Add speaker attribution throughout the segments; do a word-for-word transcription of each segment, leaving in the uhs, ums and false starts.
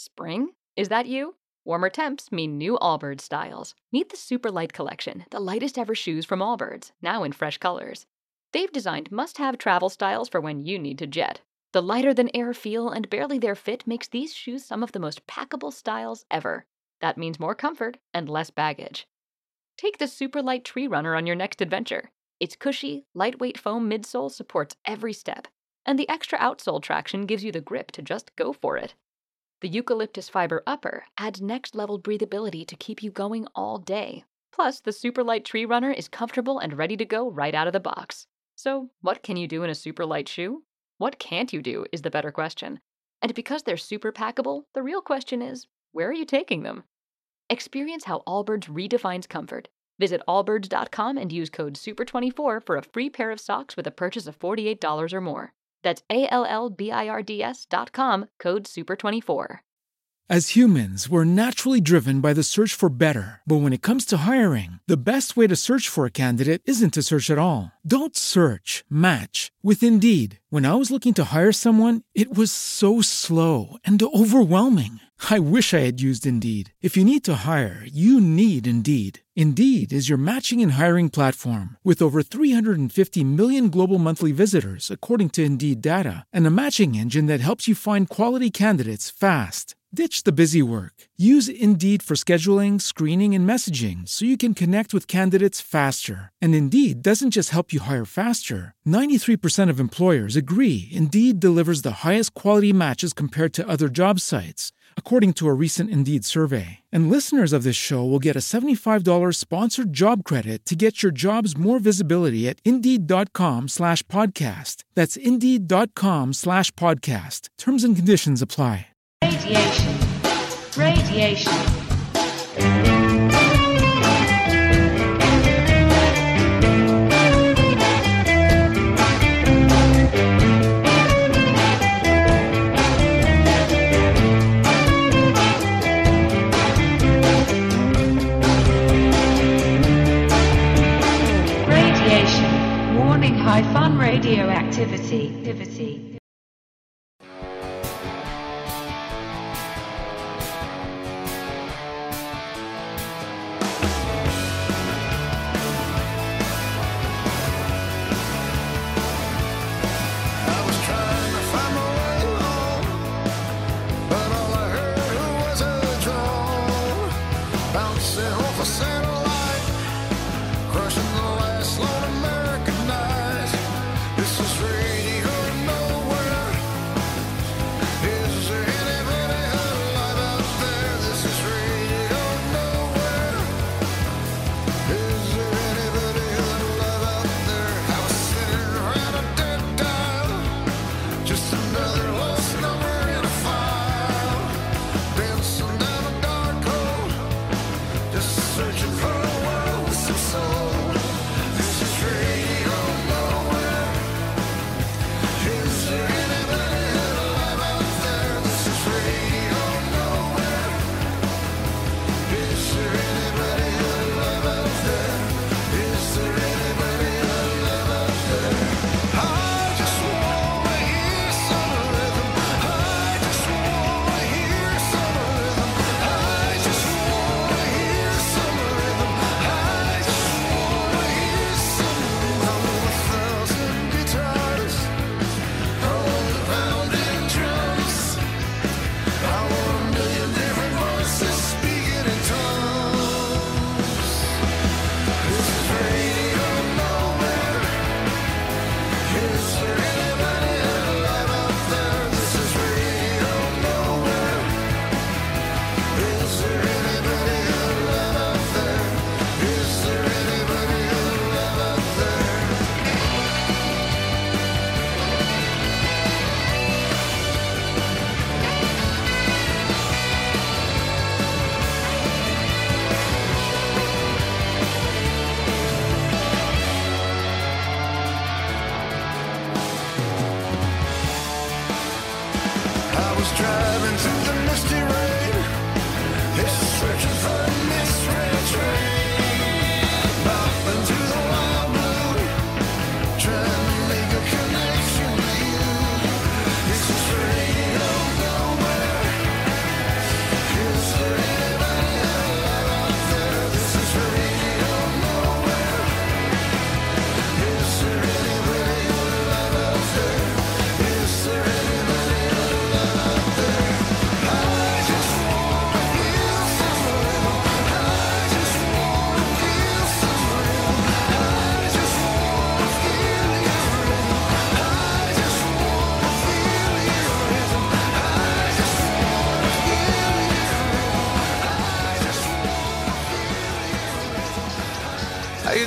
Speaker 1: Spring? Is that you? Warmer temps mean new Allbirds styles. Meet the Super Light Collection, the lightest ever shoes from Allbirds, now in fresh colors. They've designed must-have travel styles for when you need to jet. The lighter-than-air feel and barely-there fit makes these shoes some of the most packable styles ever. That means more comfort and less baggage. Take the Super Light Tree Runner on your next adventure. Its cushy, lightweight foam midsole supports every step, and the extra outsole traction gives you the grip to just go for it. The eucalyptus fiber upper adds next-level breathability to keep you going all day. Plus, the Super Light Tree Runner is comfortable and ready to go right out of the box. So, what can you do in a super light shoe? What can't you do is the better question. And because they're super packable, the real question is, where are you taking them? Experience how Allbirds redefines comfort. Visit allbirds dot com and use code super twenty-four for a free pair of socks with a purchase of forty-eight dollars or more. That's A L L B I R D S dot com, code super twenty-four.
Speaker 2: As humans, we're naturally driven by the search for better. But when it comes to hiring, the best way to search for a candidate isn't to search at all. Don't search, match with Indeed. When I was looking to hire someone, it was so slow and overwhelming. I wish I had used Indeed. If you need to hire, you need Indeed. Indeed is your matching and hiring platform with over three hundred fifty million global monthly visitors, according to Indeed data, and a matching engine that helps you find quality candidates fast. Ditch the busy work. Use Indeed for scheduling, screening, and messaging so you can connect with candidates faster. And Indeed doesn't just help you hire faster. ninety-three percent of employers agree Indeed delivers the highest quality matches compared to other job sites, according to a recent Indeed survey. And listeners of this show will get a seventy-five dollars sponsored job credit to get your jobs more visibility at Indeed.com slash podcast. That's Indeed.com slash podcast. Terms and conditions apply.
Speaker 3: Radiation. Radiation. Radiation. Warning: high fun radioactivity. Activity.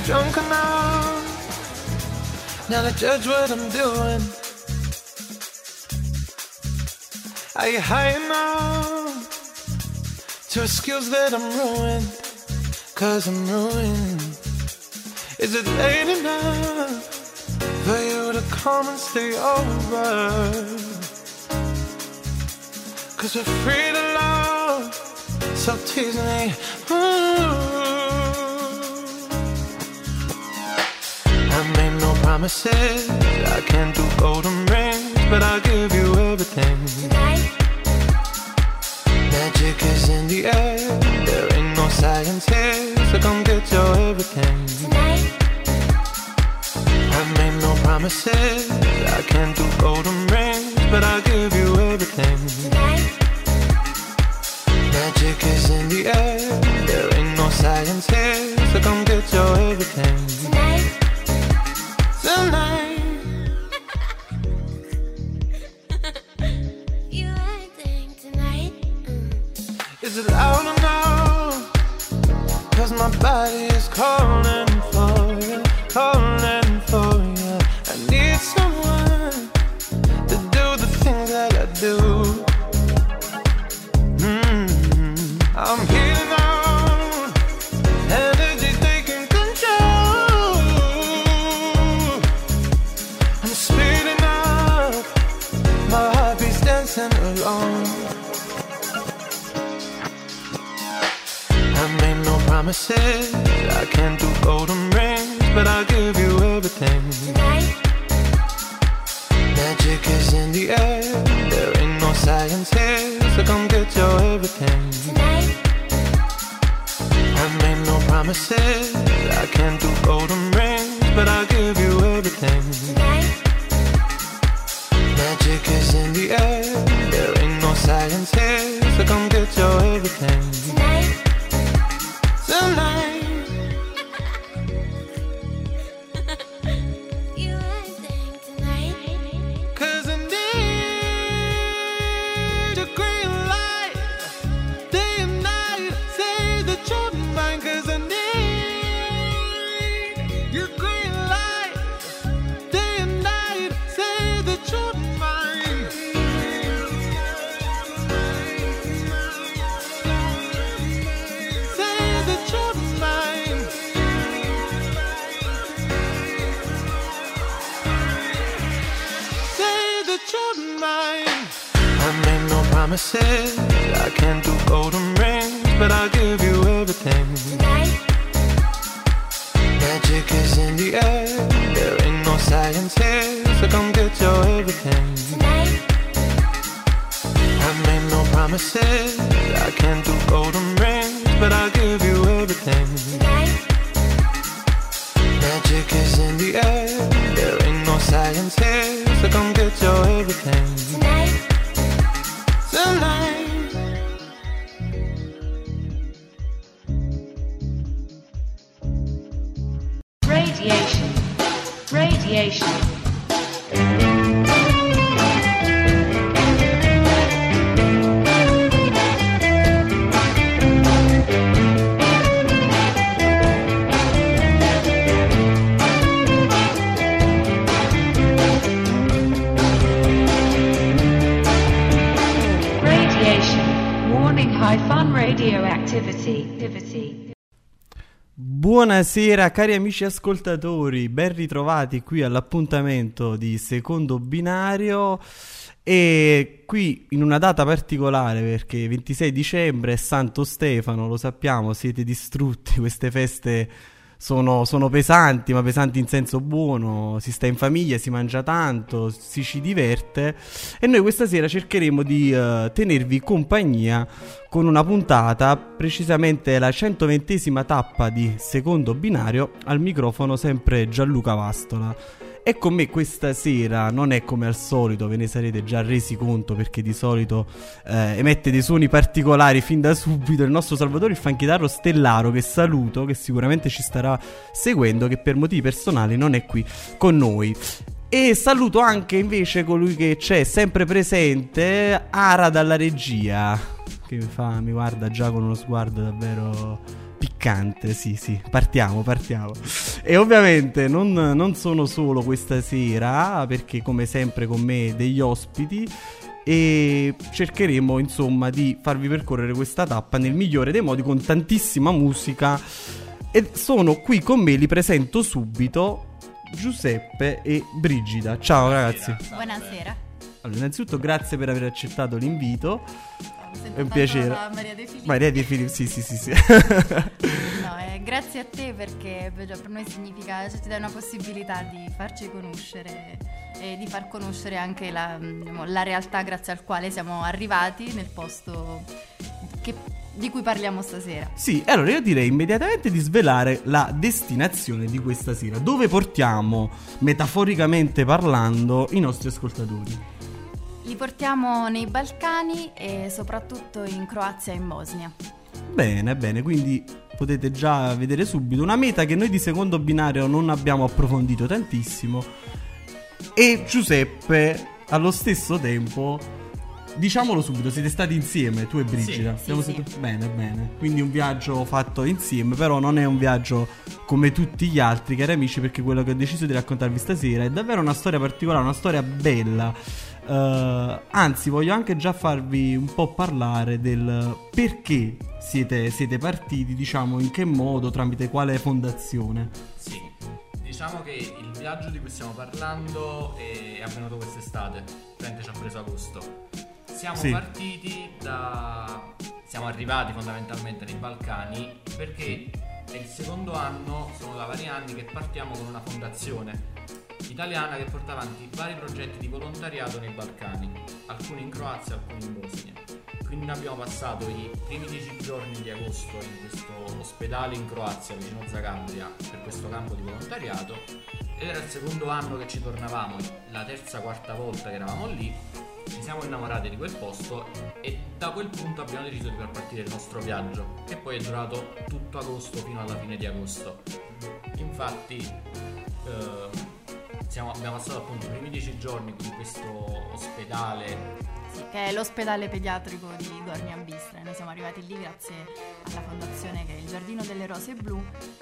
Speaker 4: drunk enough now to judge what I'm doing? Are you high enough to excuse that I'm ruined? Cause I'm ruined. Is it late enough for you to come and stay over? Cause we're free to love, so tease me. Ooh. I made no promises, I can't do golden rings, but I'll give you everything. Tonight. Magic is in the air, there ain't no science here, so come get your everything. Tonight. I made no promises, I can't do golden rings, but I'll give you everything. Tonight. Magic is in the air, there ain't no science here, so come get your everything. Tonight. Tonight. You acting tonight. Mm. Is it loud enough? Cause my body is calling for you, calling for you. I need someone to do the things that I do. Mm-hmm. I'm healing out, energy's taking control. I'm speeding up, my heartbeat's dancing alone. I made no promises, I can't do golden rings, but I'll give you everything. Tonight. Magic is in the air, there ain't no science here, so come get your everything. Tonight. I made no promises, I can't do golden rings, but I'll give you everything. Tonight. Magic is in the air, there ain't no science here, so come get your everything. Tonight. Tonight. You acting tonight. Cause I need a green light, day and night, say that you're mine. Cause I need your green light, day and night, say that you're mine. Say that you're mine. Say that you're mine. I made no promises, I can't do golden rings, but I'll give you everything. Tonight. Magic is in the air, there ain't no science here, so come get your everything. Tonight. I made no promises, I can't do golden rings, but I'll give you everything. Tonight. Magic is in the air, there ain't no science here, so come get your everything. Tonight. Tonight.
Speaker 3: Radiation. Radiation. Radiation. Warning high fun radioactivity. Activity.
Speaker 5: Buonasera cari amici ascoltatori, ben ritrovati qui all'appuntamento di Secondo Binario, e qui in una data particolare perché ventisei dicembre è Santo Stefano, lo sappiamo, siete distrutti, queste feste sono, sono pesanti, ma pesanti in senso buono, si sta in famiglia, si mangia tanto, si ci diverte, e noi questa sera cercheremo di uh, tenervi compagnia con una puntata, precisamente la centoventesima tappa di Secondo Binario, al microfono sempre Gianluca Vastola. E con me questa sera non è come al solito, ve ne sarete già resi conto perché di solito eh, emette dei suoni particolari fin da subito il nostro Salvatore il fanchitarro Stellaro, che saluto, che sicuramente ci starà seguendo, che per motivi personali non è qui con noi. E saluto anche invece colui che c'è sempre presente, Ara dalla regia, che mi fa, mi guarda già con uno sguardo davvero piccante, sì sì, partiamo, partiamo. E ovviamente non, non sono solo questa sera, perché come sempre con me degli ospiti, e cercheremo insomma di farvi percorrere questa tappa nel migliore dei modi con tantissima musica. E sono qui con me, li presento subito, Giuseppe e Brigida. Ciao ragazzi.
Speaker 6: Buonasera.
Speaker 5: Allora, innanzitutto grazie per aver accettato l'invito.
Speaker 6: È
Speaker 5: un piacere.
Speaker 6: Maria De Filippi.
Speaker 5: Maria De Filippi, sì sì sì, sì.
Speaker 6: No, eh, grazie a te, perché per noi significa, cioè, ti dà una possibilità di farci conoscere e di far conoscere anche la, la realtà grazie al quale siamo arrivati nel posto che, di cui parliamo stasera.
Speaker 5: Sì, allora io direi immediatamente di svelare la destinazione di questa sera. Dove portiamo, metaforicamente parlando, i nostri ascoltatori?
Speaker 6: Li portiamo nei Balcani e soprattutto in Croazia e in Bosnia.
Speaker 5: Bene, bene, quindi potete già vedere subito una meta che noi di Secondo Binario non abbiamo approfondito tantissimo. E Giuseppe, allo stesso tempo, diciamolo subito, siete stati insieme, tu e Brigida.
Speaker 6: Sì, sì, sì.
Speaker 5: Bene, bene. Quindi un viaggio fatto insieme, però non è un viaggio come tutti gli altri, cari amici, perché quello che ho deciso di raccontarvi stasera è davvero una storia particolare, una storia bella. Uh, anzi, voglio anche già farvi un po' parlare del perché siete, siete partiti, diciamo, in che modo, tramite quale fondazione.
Speaker 7: Sì, diciamo che il viaggio di cui stiamo parlando è avvenuto quest'estate, praticamente ci ha preso agosto. Siamo sì. partiti da... siamo arrivati fondamentalmente nei Balcani perché è il secondo anno, sono da vari anni che partiamo con una fondazione italiana che porta avanti vari progetti di volontariato nei Balcani, alcuni in Croazia, alcuni in Bosnia. Quindi noi abbiamo passato i primi dieci giorni di agosto in questo ospedale in Croazia vicino Zagabria per questo campo di volontariato, ed era il secondo anno che ci tornavamo, la terza quarta volta che eravamo lì. Ci siamo innamorati di quel posto e da quel punto abbiamo deciso di far partire il nostro viaggio, che poi è durato tutto agosto fino alla fine di agosto. Infatti eh, siamo, abbiamo passato appunto i primi dieci giorni in questo ospedale,
Speaker 6: sì, che è l'ospedale pediatrico di Gornja Bistra. Noi siamo arrivati lì grazie alla fondazione che è il Giardino delle Rose Blu,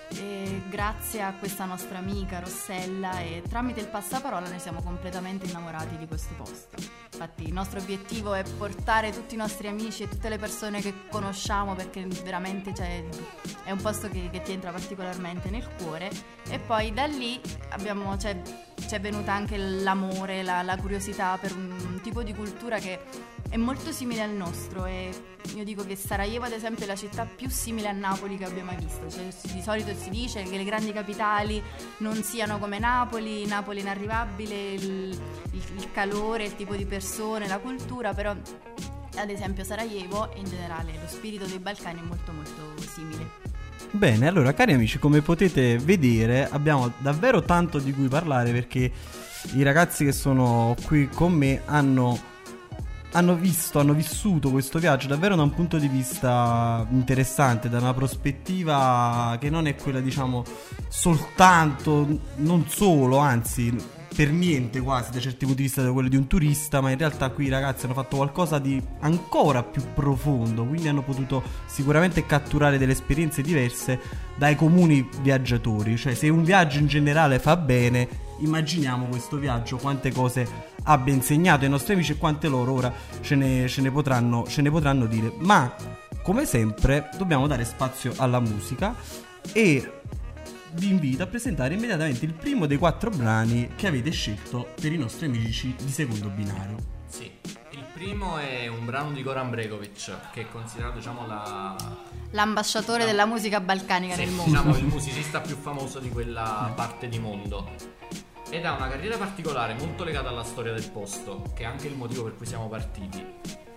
Speaker 6: e grazie a questa nostra amica Rossella, e tramite il passaparola noi siamo completamente innamorati di questo posto. Infatti il nostro obiettivo è portare tutti i nostri amici e tutte le persone che conosciamo, perché veramente, cioè, è un posto che, che ti entra particolarmente nel cuore. E poi da lì abbiamo, cioè, ci è venuta anche l'amore, la, la curiosità per un, un tipo di cultura che è molto simile al nostro, e io dico che Sarajevo ad esempio è la città più simile a Napoli che abbia mai visto. Cioè, di solito si dice che le grandi capitali non siano come Napoli, Napoli è inarrivabile, il, il, il calore, il tipo di persone, la cultura, però ad esempio Sarajevo e in generale lo spirito dei Balcani è molto molto simile.
Speaker 5: Bene, allora cari amici, come potete vedere abbiamo davvero tanto di cui parlare, perché i ragazzi che sono qui con me hanno hanno visto, hanno vissuto questo viaggio davvero da un punto di vista interessante, da una prospettiva che non è quella, diciamo, soltanto, non solo, anzi per niente quasi da certi punti di vista da quello di un turista, ma in realtà qui i ragazzi hanno fatto qualcosa di ancora più profondo, quindi hanno potuto sicuramente catturare delle esperienze diverse dai comuni viaggiatori. Cioè, se un viaggio in generale fa bene, immaginiamo questo viaggio quante cose abbia insegnato ai nostri amici e quante loro ora ce ne, ce ne potranno, ce ne potranno dire. Ma come sempre dobbiamo dare spazio alla musica e vi invito a presentare immediatamente il primo dei quattro brani che avete scelto per i nostri amici di Secondo Binario.
Speaker 7: Sì, il primo è un brano di Goran Bregovic, che è considerato, diciamo, la...
Speaker 6: l'ambasciatore la... della musica balcanica, sì, nel mondo.
Speaker 7: Diciamo il musicista più famoso di quella parte di mondo. Ed ha una carriera particolare molto legata alla storia del posto, che è anche il motivo per cui siamo partiti.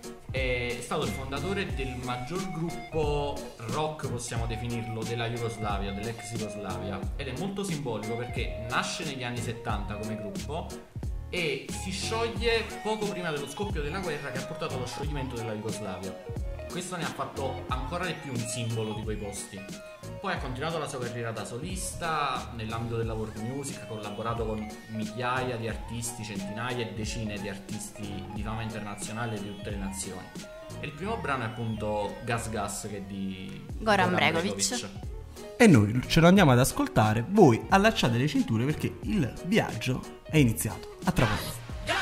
Speaker 7: È stato il fondatore del maggior gruppo rock, possiamo definirlo, della Jugoslavia, dell'ex Jugoslavia, ed è molto simbolico perché nasce negli anni settanta come gruppo e si scioglie poco prima dello scoppio della guerra, che ha portato allo scioglimento della Jugoslavia. Questo ne ha fatto ancora di più un simbolo di quei posti. Poi ha continuato la sua carriera da solista nell'ambito della world music, ha collaborato con migliaia di artisti, centinaia e decine di artisti di fama internazionale di tutte le nazioni. E il primo brano è appunto Gas Gas, che è di
Speaker 6: Goran
Speaker 7: Goran
Speaker 6: Bregovic.
Speaker 7: Bregovic.
Speaker 5: E noi ce lo andiamo ad ascoltare. Voi allacciate le cinture perché il viaggio è iniziato. A tra poco.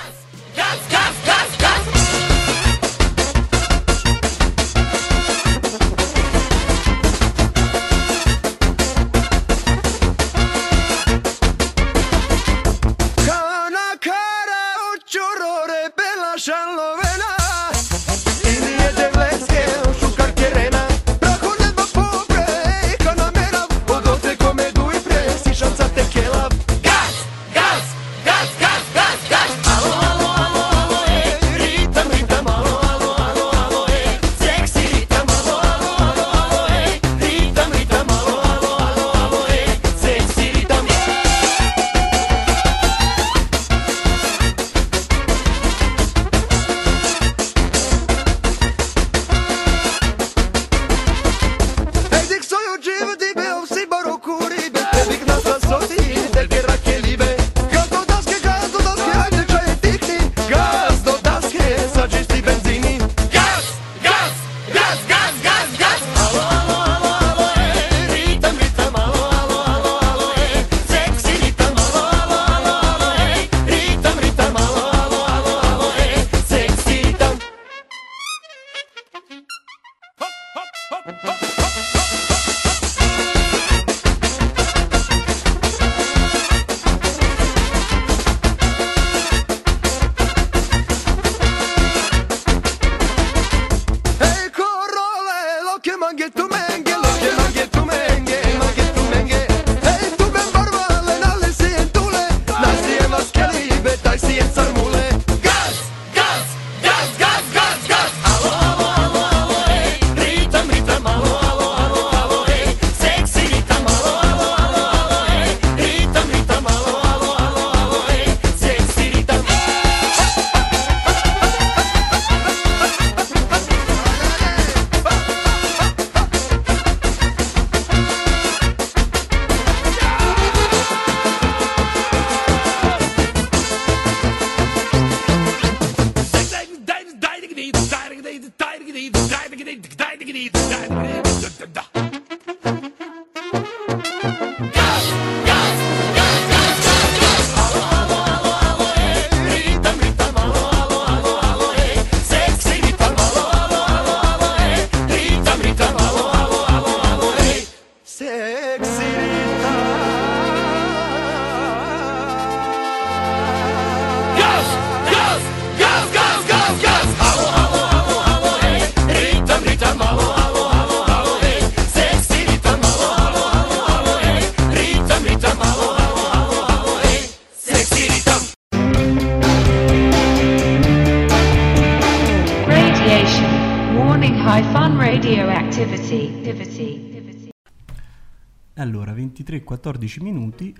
Speaker 5: Allora, ventitré e quattordici minuti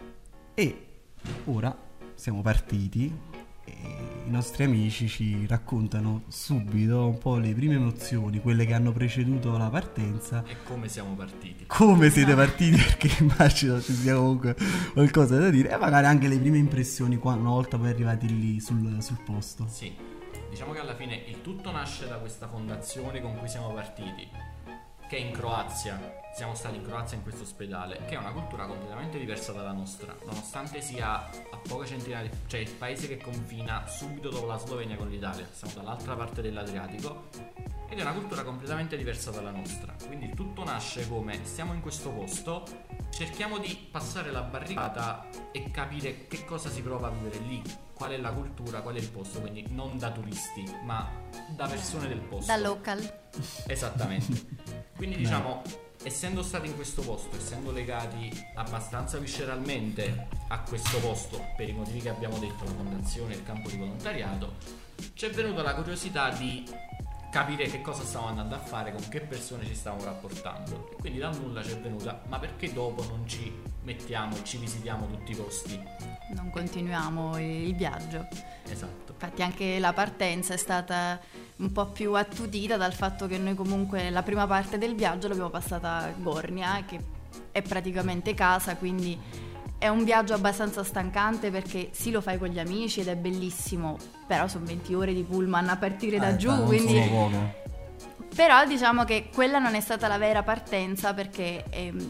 Speaker 5: e ora siamo partiti e i nostri amici ci raccontano subito un po' le prime emozioni, quelle che hanno preceduto la partenza.
Speaker 7: E come siamo partiti.
Speaker 5: Come siete partiti, perché immagino ci sia comunque qualcosa da dire e magari anche le prime impressioni una volta poi arrivati lì sul, sul posto.
Speaker 7: Sì, diciamo che alla fine il tutto nasce da questa fondazione con cui siamo partiti, che è in Croazia. Siamo stati in Croazia in questo ospedale, che è una cultura completamente diversa dalla nostra, nonostante sia a poche centinaia di... cioè il paese che confina subito dopo la Slovenia con l'Italia. Siamo dall'altra parte dell'Adriatico ed è una cultura completamente diversa dalla nostra. Quindi il tutto nasce come: stiamo in questo posto, cerchiamo di passare la barricata e capire che cosa si prova a vivere lì, qual è la cultura, qual è il posto. Quindi non da turisti, ma da persone del posto,
Speaker 6: da local.
Speaker 7: Esattamente. Quindi diciamo, essendo stati in questo posto, essendo legati abbastanza visceralmente a questo posto per i motivi che abbiamo detto, la fondazione, il campo di volontariato, ci è venuta la curiosità di capire che cosa stavamo andando a fare, con che persone ci stavamo rapportando. E quindi dal nulla ci è venuta: ma perché dopo non ci mettiamo e ci visitiamo tutti i posti?
Speaker 6: Non continuiamo il viaggio.
Speaker 7: Esatto.
Speaker 6: Infatti anche la partenza è stata un po' più attutita dal fatto che noi comunque la prima parte del viaggio l'abbiamo passata a Gornia, che è praticamente casa, quindi è un viaggio abbastanza stancante perché sì, lo fai con gli amici ed è bellissimo, però sono venti ore di pullman a partire da
Speaker 5: eh,
Speaker 6: giù,
Speaker 5: non
Speaker 6: quindi...
Speaker 5: sono poche.
Speaker 6: Però diciamo che quella non è stata la vera partenza, perché ehm,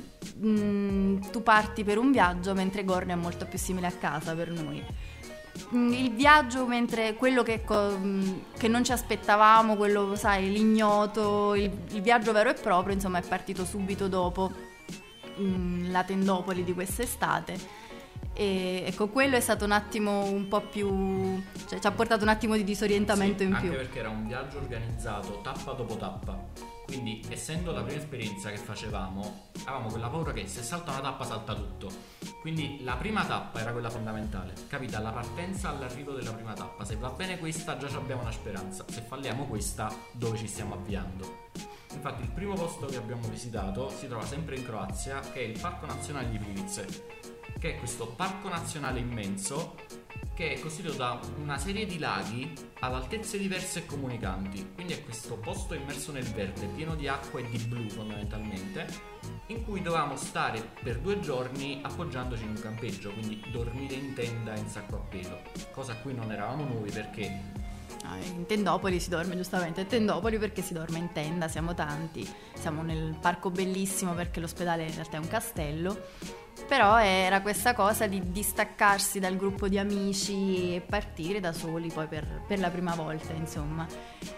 Speaker 6: mh, tu parti per un viaggio mentre Gornia è molto più simile a casa per noi. Mh, il viaggio, mentre quello che, co- mh, che non ci aspettavamo, quello, sai, l'ignoto, il, il viaggio vero e proprio, insomma, è partito subito dopo mh, la Tendopoli di quest'estate. E ecco, quello è stato un attimo un po' più, cioè ci ha portato un attimo di disorientamento
Speaker 7: sì,
Speaker 6: in
Speaker 7: anche
Speaker 6: più.
Speaker 7: Perché era un viaggio organizzato tappa dopo tappa, quindi essendo la prima esperienza che facevamo avevamo quella paura che se salta una tappa salta tutto. Quindi la prima tappa era quella fondamentale, capita, alla partenza, all'arrivo della prima tappa, se va bene questa già abbiamo una speranza, se falliamo questa dove ci stiamo avviando. Infatti il primo posto che abbiamo visitato si trova sempre in Croazia, che è il Parco Nazionale di Plivice, che è questo parco nazionale immenso che è costituito da una serie di laghi ad altezze diverse e comunicanti. Quindi è questo posto immerso nel verde, pieno di acqua e di blu fondamentalmente, in cui dovevamo stare per due giorni appoggiandoci in un campeggio, quindi dormire in tenda in sacco a pelo, cosa a cui non eravamo noi perché...
Speaker 6: In Tendopoli si dorme giustamente a Tendopoli perché si dorme in tenda, siamo tanti, siamo nel parco bellissimo perché l'ospedale in realtà è un castello, però era questa cosa di distaccarsi dal gruppo di amici e partire da soli poi per, per la prima volta, insomma.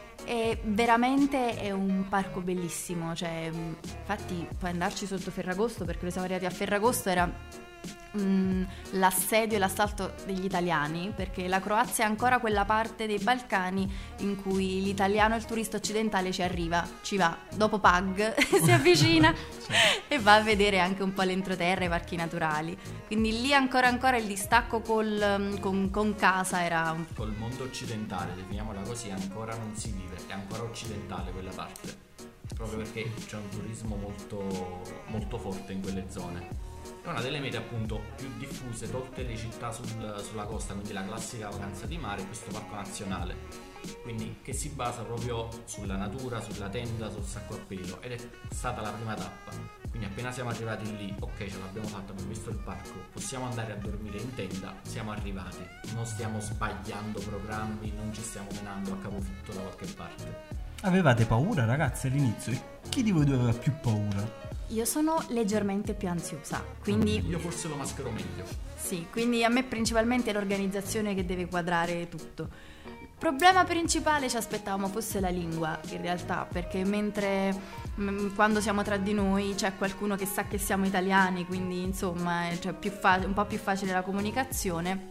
Speaker 6: E veramente è un parco bellissimo, cioè infatti puoi andarci sotto Ferragosto, perché noi siamo arrivati a Ferragosto, era mm, l'assedio e l'assalto degli italiani, perché la Croazia è ancora quella parte dei Balcani in cui l'italiano e il turista occidentale ci arriva, ci va, dopo Pag si avvicina e va a vedere anche un po' l'entroterra, i parchi naturali, quindi lì ancora ancora il distacco col, con, con casa era un...
Speaker 7: col mondo occidentale, definiamola così, ancora non si vive, è ancora occidentale quella parte, proprio perché c'è un turismo molto, molto forte in quelle zone. È una delle mete appunto più diffuse, tolte le città sul, sulla costa, quindi la classica vacanza di mare, questo parco nazionale, quindi che si basa proprio sulla natura, sulla tenda, sul sacco a pelo, ed è stata la prima tappa. Quindi appena siamo arrivati lì, ok, ce l'abbiamo fatta, abbiamo visto il parco, possiamo andare a dormire in tenda, siamo arrivati, non stiamo sbagliando programmi, non ci stiamo menando a capofitto da qualche parte.
Speaker 5: Avevate paura, ragazzi, all'inizio? E chi di voi due aveva più paura?
Speaker 6: Io sono leggermente più ansiosa, quindi...
Speaker 7: Io forse lo maschero meglio.
Speaker 6: Sì, quindi a me principalmente è l'organizzazione che deve quadrare tutto. Il problema principale ci aspettavamo fosse la lingua, in realtà, perché mentre mh, quando siamo tra di noi c'è qualcuno che sa che siamo italiani, quindi insomma è cioè, più fa- un po' più facile la comunicazione,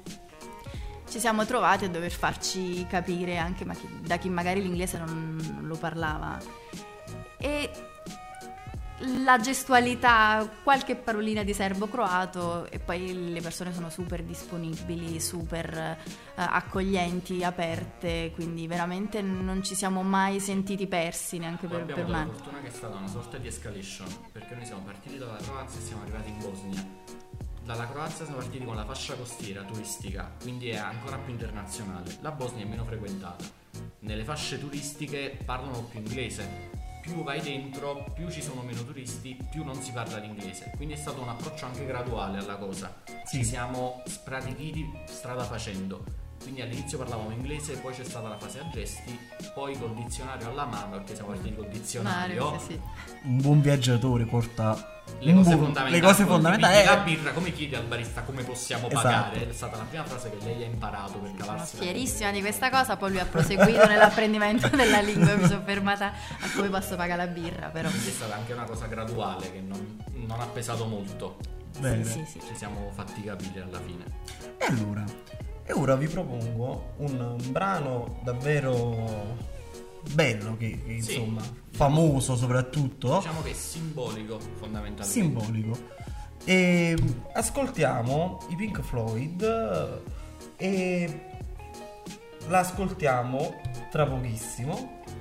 Speaker 6: ci siamo trovati a dover farci capire anche ma chi, da chi magari l'inglese non, non lo parlava. E la gestualità, qualche parolina di serbo-croato, e poi le persone sono super disponibili, super uh, accoglienti, aperte, quindi veramente non ci siamo mai sentiti persi neanche per, per un
Speaker 7: Abbiamo
Speaker 6: anno.
Speaker 7: la fortuna che è stata una sorta di escalation, perché noi siamo partiti dalla Croazia e siamo arrivati in Bosnia. Dalla Croazia siamo partiti con la fascia costiera turistica, quindi è ancora più internazionale. La Bosnia è meno frequentata. Nelle fasce turistiche parlano più inglese. Più vai dentro, più ci sono meno turisti, più non si parla l'inglese. Quindi è stato un approccio anche graduale alla cosa.
Speaker 5: Sì.
Speaker 7: Ci siamo spratichiti strada facendo. Quindi all'inizio parlavamo inglese, poi c'è stata la fase a gesti, poi col dizionario alla mano, perché siamo partiti col dizionario.
Speaker 6: Mario, sì, sì.
Speaker 5: Un buon viaggiatore porta
Speaker 7: Le cose,
Speaker 5: buon...
Speaker 7: fondamentali,
Speaker 5: le cose fondamentali.
Speaker 7: La birra, come chiedi al barista come possiamo
Speaker 5: Esatto.
Speaker 7: pagare? È stata la prima frase che lei ha imparato per
Speaker 6: Sono
Speaker 7: cavarsi.
Speaker 6: fierissima di questa cosa, poi lui ha proseguito nell'apprendimento della lingua e mi sono fermata a come posso pagare la birra, però.
Speaker 7: Quindi è stata anche una cosa graduale che non, non ha pesato molto.
Speaker 5: Bene.
Speaker 6: Sì, sì, sì.
Speaker 7: Ci siamo fatti capire alla fine.
Speaker 5: E allora, e ora vi propongo un, un brano davvero bello, che, che
Speaker 7: Sì.
Speaker 5: insomma, famoso soprattutto,
Speaker 7: Diciamo che è simbolico fondamentalmente.
Speaker 5: simbolico. E ascoltiamo i Pink Floyd e l'ascoltiamo tra pochissimo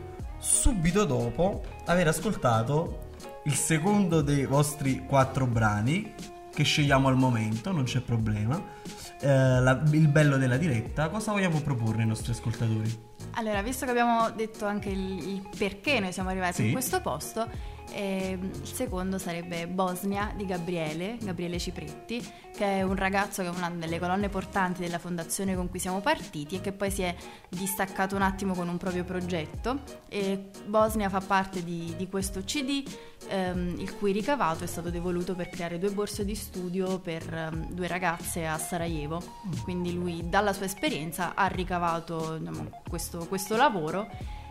Speaker 5: subito dopo aver ascoltato il secondo dei vostri quattro brani che scegliamo al momento, non c'è problema. Eh, la, il bello della diretta, cosa vogliamo proporre ai nostri ascoltatori?
Speaker 6: Allora, visto che abbiamo detto anche il, il perché noi siamo arrivati
Speaker 5: Sì.
Speaker 6: in questo posto, eh, il secondo sarebbe Bosnia di Gabriele, Gabriele Cipretti, che è un ragazzo che è una delle colonne portanti della fondazione con cui siamo partiti e che poi si è distaccato un attimo con un proprio progetto. E Bosnia fa parte di, di questo C D, ehm, il cui ricavato è stato devoluto per creare due borse di studio per um, due ragazze a Sarajevo. Quindi lui dalla sua esperienza ha ricavato, diciamo, questo, questo lavoro,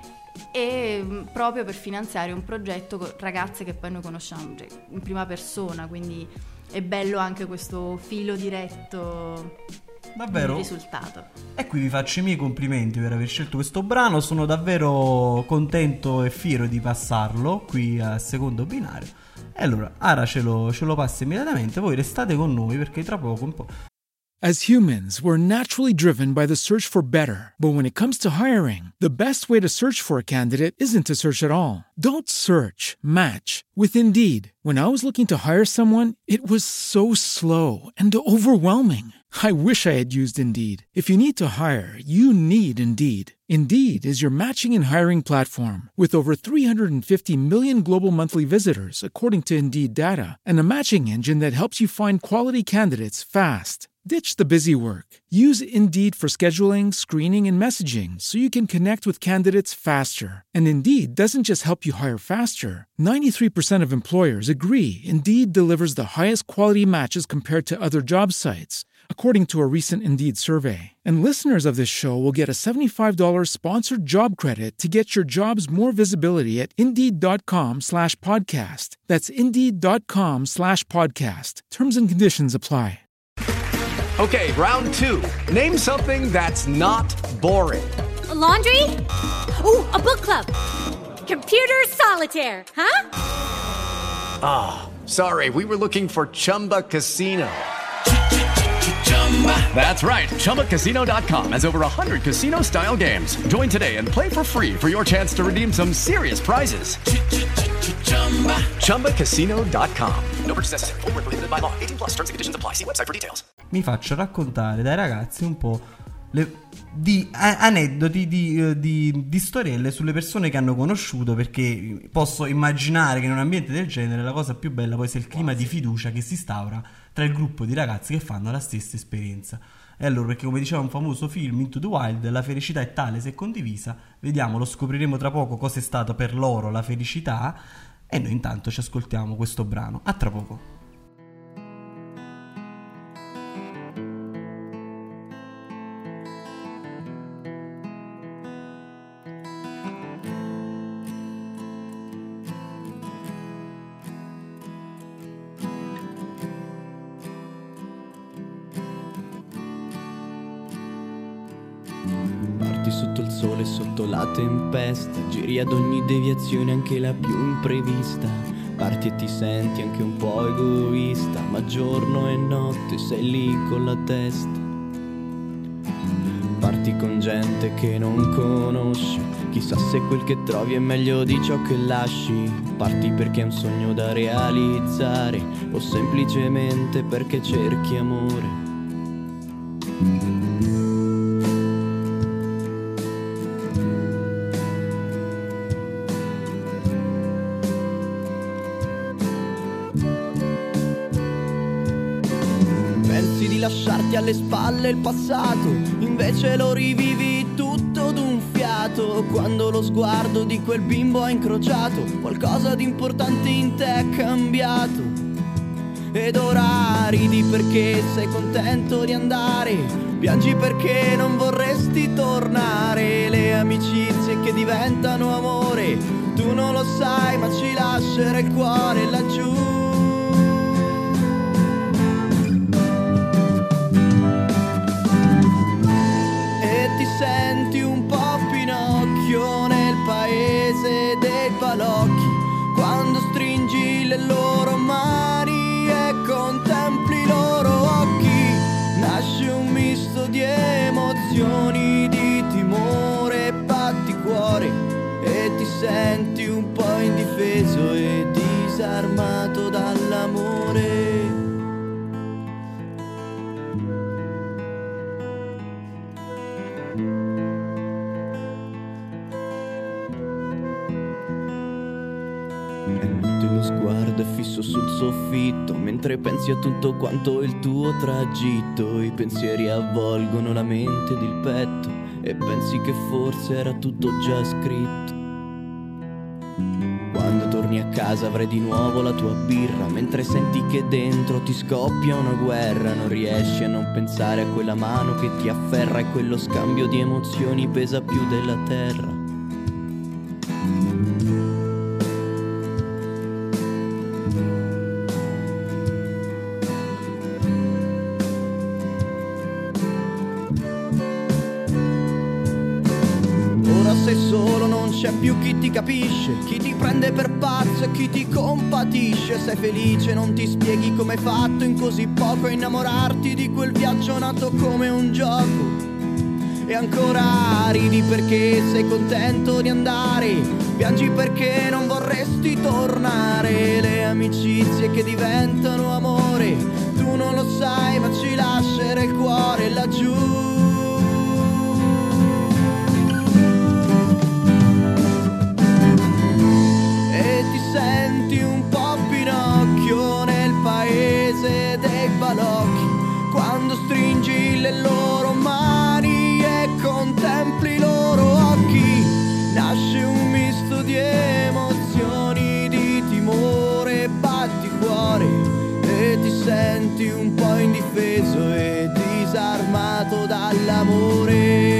Speaker 6: e proprio per finanziare un progetto con ragazze che poi noi conosciamo, cioè, in prima persona, quindi è bello anche questo filo diretto.
Speaker 5: Davvero?
Speaker 6: Il risultato.
Speaker 5: E qui vi faccio i miei complimenti per aver scelto questo brano, sono davvero contento e fiero di passarlo qui al secondo binario. E allora, Ara ce lo, ce lo passa immediatamente, voi restate con noi perché tra poco un po'...
Speaker 2: As humans, we're naturally driven by the search for better. But when it comes to hiring, the best way to search for a candidate isn't to search at all. Don't search, match with Indeed. When I was looking to hire someone, it was so slow and overwhelming. I wish I had used Indeed. If you need to hire, you need Indeed. Indeed is your matching and hiring platform with over three hundred fifty million global monthly visitors, according to Indeed data, and a matching engine that helps you find quality candidates fast. Ditch the busy work. Use Indeed for scheduling, screening, and messaging so you can connect with candidates faster. And Indeed doesn't just help you hire faster. ninety-three percent of employers agree Indeed delivers the highest quality matches compared to other job sites, according to a recent Indeed survey. And listeners of this show will get a seventy-five dollars sponsored job credit to get your jobs more visibility at Indeed.com slash podcast. That's Indeed.com slash podcast. Terms and conditions apply.
Speaker 8: Okay, round two. Name something that's not boring.
Speaker 9: A laundry? Ooh, a book club. Computer solitaire, huh?
Speaker 8: Ah, oh, sorry, we were looking for Chumba Casino. That's right, Chumba Casino dot com has over one hundred casino-style games. Join today and play for free for your chance to redeem some serious prizes. Chumba Casino dot com. No purchase necessary. Void where prohibited by law. eighteen plus terms and conditions apply. See website for details.
Speaker 5: Mi faccio raccontare dai ragazzi un po' le, di a, aneddoti, di, di, di storielle sulle persone che hanno conosciuto, perché posso immaginare che in un ambiente del genere la cosa più bella poi sia il clima di fiducia che si instaura tra il gruppo di ragazzi che fanno la stessa esperienza. E allora, perché come diceva un famoso film, Into the Wild, la felicità è tale se condivisa. Vediamo, lo scopriremo tra poco cosa è stata per loro la felicità, e noi intanto ci ascoltiamo questo brano. A tra poco.
Speaker 10: Sotto il sole, sotto la tempesta, giri ad ogni deviazione, anche la più imprevista. Parti e ti senti anche un po' egoista, ma giorno e notte sei lì con la testa. Parti con gente che non conosci, chissà se quel che trovi è meglio di ciò che lasci. Parti perché è un sogno da realizzare, o semplicemente perché cerchi amore. Lasciarti alle spalle il passato, invece lo rivivi tutto d'un fiato. Quando lo sguardo di quel bimbo ha incrociato, qualcosa di importante in te è cambiato. Ed ora ridi perché sei contento di andare, piangi perché non vorresti tornare. Le amicizie che diventano amore, tu non lo sai ma ci lascerà il cuore laggiù. Senti un po' Pinocchio nel paese dei balocchi, quando stringi le loro mani e contempli i loro occhi. Nasce un misto di emozioni, di timore e batticuore, e ti disarmato dall'amore. Lo sguardo è fisso sul soffitto, mentre pensi a tutto quanto il tuo tragitto. I pensieri avvolgono la mente ed il petto, e pensi che forse era tutto già scritto. Quando torni a casa avrai di nuovo la tua birra, mentre senti che dentro ti scoppia una guerra. Non riesci a non pensare a quella mano che ti afferra, e quello scambio di emozioni pesa più della terra. C'è più chi ti capisce, chi ti prende per pazzo e chi ti compatisce. Sei felice, non ti spieghi come hai fatto in così poco a innamorarti di quel viaggio nato come un gioco. E ancora ridi perché sei contento di andare, piangi perché non vorresti tornare. Le amicizie che diventano amore, tu non lo sai ma ci lascerà il cuore laggiù. Senti un po' Pinocchio nel paese dei balocchi, quando stringi le loro mani e contempli i loro occhi. Nasce un misto di emozioni, di timore, batti cuore, e ti senti un po' indifeso e disarmato dall'amore.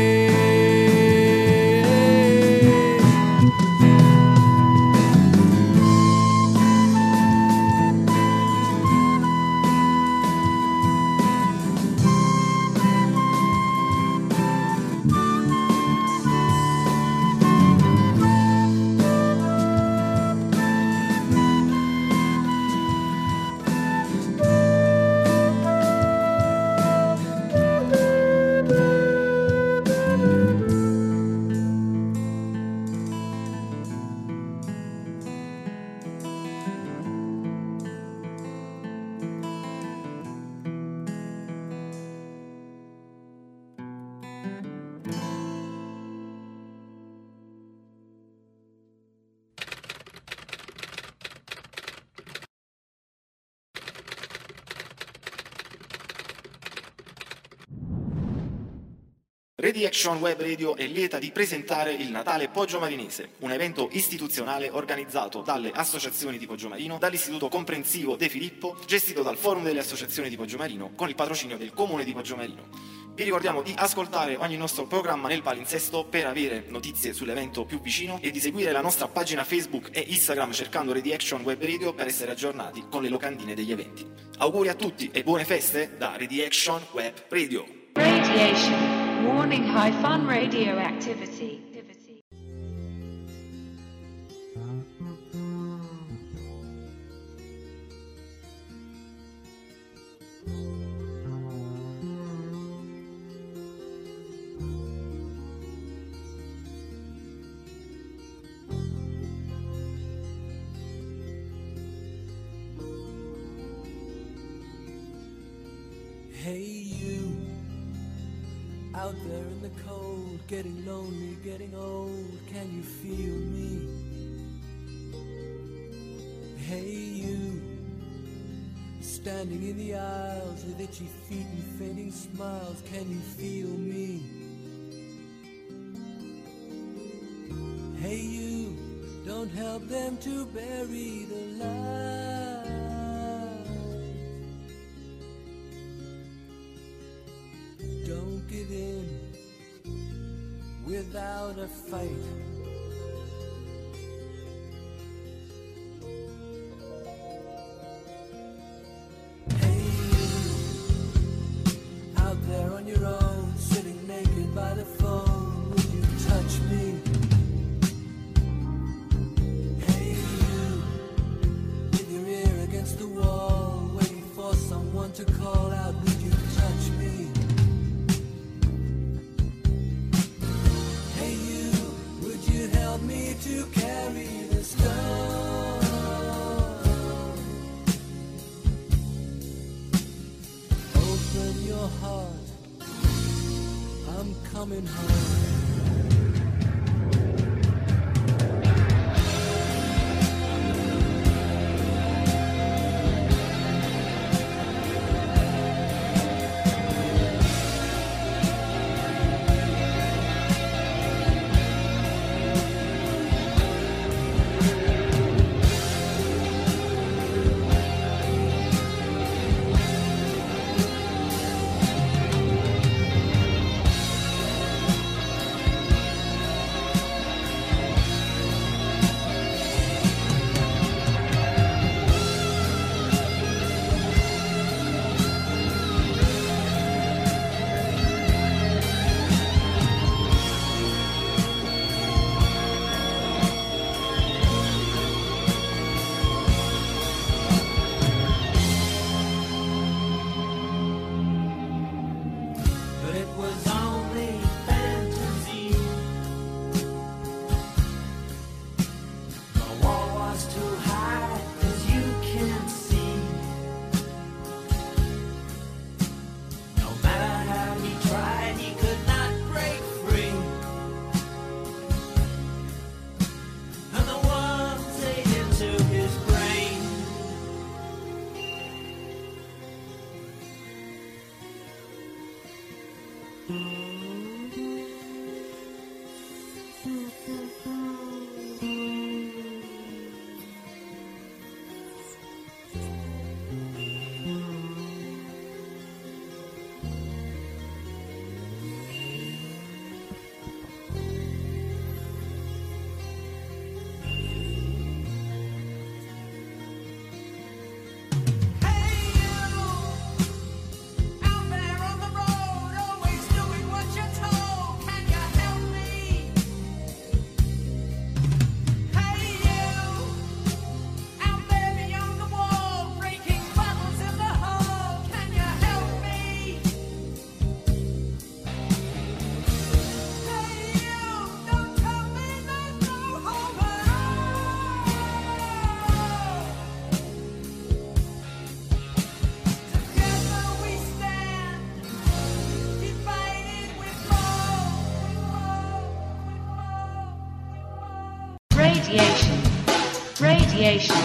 Speaker 11: Ready Action Web Radio è lieta di presentare il Natale Poggiomarinese, un evento istituzionale organizzato dalle associazioni di Poggiomarino, dall'Istituto Comprensivo De Filippo, gestito dal Forum delle Associazioni di Poggiomarino, con il patrocinio del Comune di Poggiomarino. Vi ricordiamo di ascoltare ogni nostro programma nel palinsesto per avere notizie sull'evento più vicino e di seguire la nostra pagina Facebook e Instagram cercando Ready Action Web Radio per essere aggiornati con le locandine degli eventi. Auguri a tutti e buone feste da Ready Action Web Radio.
Speaker 3: Radiation. Warning high fun radioactivity.
Speaker 12: Hey you, out there in the cold, getting lonely, getting old, can you feel me? Hey you, standing in the aisles with itchy feet and fading smiles, can you feel me? Hey you, don't help them to bury the light. Don't give in without a fight. Hey you, out there on your own, sitting naked by the phone, would you touch me? Hey you, with your ear against the wall, waiting for someone to call out, would you touch me? Would you coming home.
Speaker 3: Radiation. Radiation.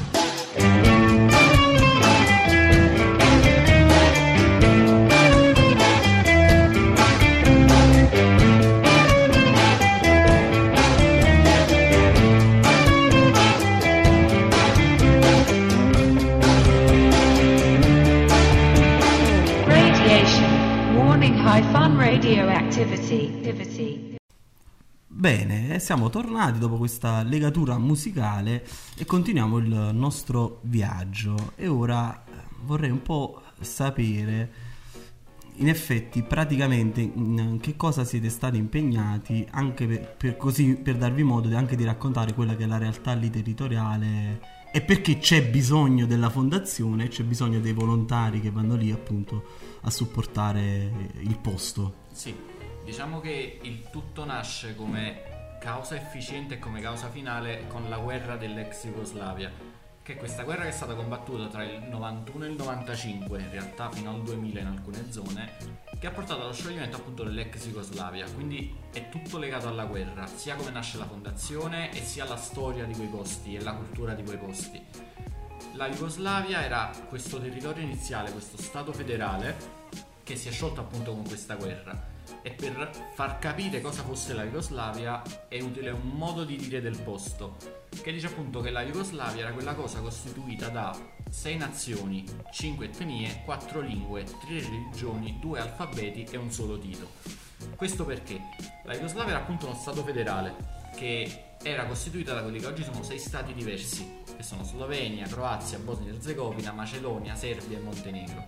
Speaker 3: Radiation. Warning high fun radioactivity. Activity.
Speaker 5: Bene, siamo tornati dopo questa legatura musicale e continuiamo il nostro viaggio. E ora vorrei un po' sapere, in effetti, praticamente in che cosa siete stati impegnati, anche per, per così per darvi modo anche di raccontare quella che è la realtà lì territoriale e perché c'è bisogno della fondazione, c'è bisogno dei volontari che vanno lì appunto a supportare il posto.
Speaker 7: Sì. Diciamo che il tutto nasce come causa efficiente e come causa finale con la guerra dell'ex Jugoslavia, che è questa guerra che è stata combattuta tra il novantuno e il novantacinque, in realtà fino al duemila in alcune zone, che ha portato allo scioglimento appunto dell'ex Jugoslavia. Quindi è tutto legato alla guerra, sia come nasce la fondazione e sia la storia di quei posti e la cultura di quei posti. La Jugoslavia era questo territorio iniziale, questo stato federale che si è sciolto appunto con questa guerra. E per far capire cosa fosse la Jugoslavia è utile un modo di dire del posto, che dice appunto che la Jugoslavia era quella cosa costituita da sei nazioni, cinque etnie, quattro lingue, tre religioni, due alfabeti e un solo Tito. Questo perché la Jugoslavia era appunto uno stato federale che era costituita da quelli che oggi sono sei stati diversi, che sono Slovenia, Croazia, Bosnia e Erzegovina, Macedonia, Serbia e Montenegro.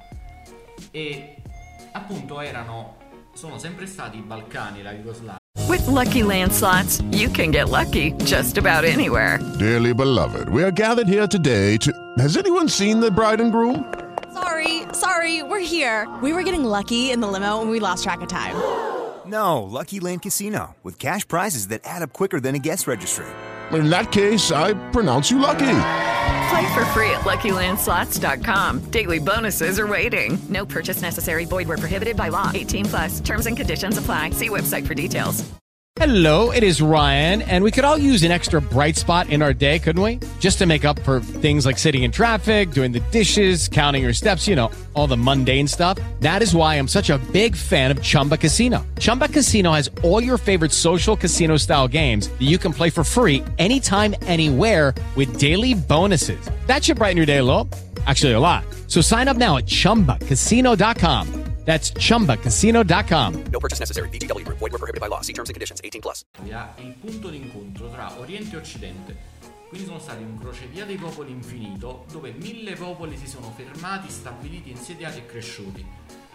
Speaker 7: E appunto erano sono sempre stati i Balcani, la Jugoslavia.
Speaker 13: With Lucky Land Slots, you can get lucky just about anywhere.
Speaker 14: Dearly beloved, we are gathered here today to... Has anyone seen the bride and groom?
Speaker 15: Sorry, sorry, we're here. We were getting lucky in the limo and we lost track of time.
Speaker 16: No, Lucky Land Casino, with cash prizes that add up quicker than a guest registry.
Speaker 14: In that case, I pronounce you lucky.
Speaker 13: Play for free at lucky land slots dot com. Daily bonuses are waiting. No purchase necessary. Void where prohibited by law. eighteen plus. Terms and conditions apply. See website for details.
Speaker 17: Hello, it is Ryan, and we could all use an extra bright spot in our day, couldn't we? Just to make up for things like sitting in traffic, doing the dishes, counting your steps, you know, all the mundane stuff. That is why I'm such a big fan of Chumba Casino. Chumba Casino has all your favorite social casino-style games that you can play for free anytime, anywhere with daily bonuses. That should brighten your day a little. Actually, a lot. So sign up now at chumba casino dot com. That's chumba casino dot com.
Speaker 18: No purchase necessary. V G W Group. Void where prohibited by law. See terms and conditions. eighteen plus.
Speaker 7: Il punto d'incontro tra Oriente e Occidente. Quindi sono stati un crocevia dei popoli infinito, dove mille popoli si sono fermati, stabiliti, insediati e cresciuti.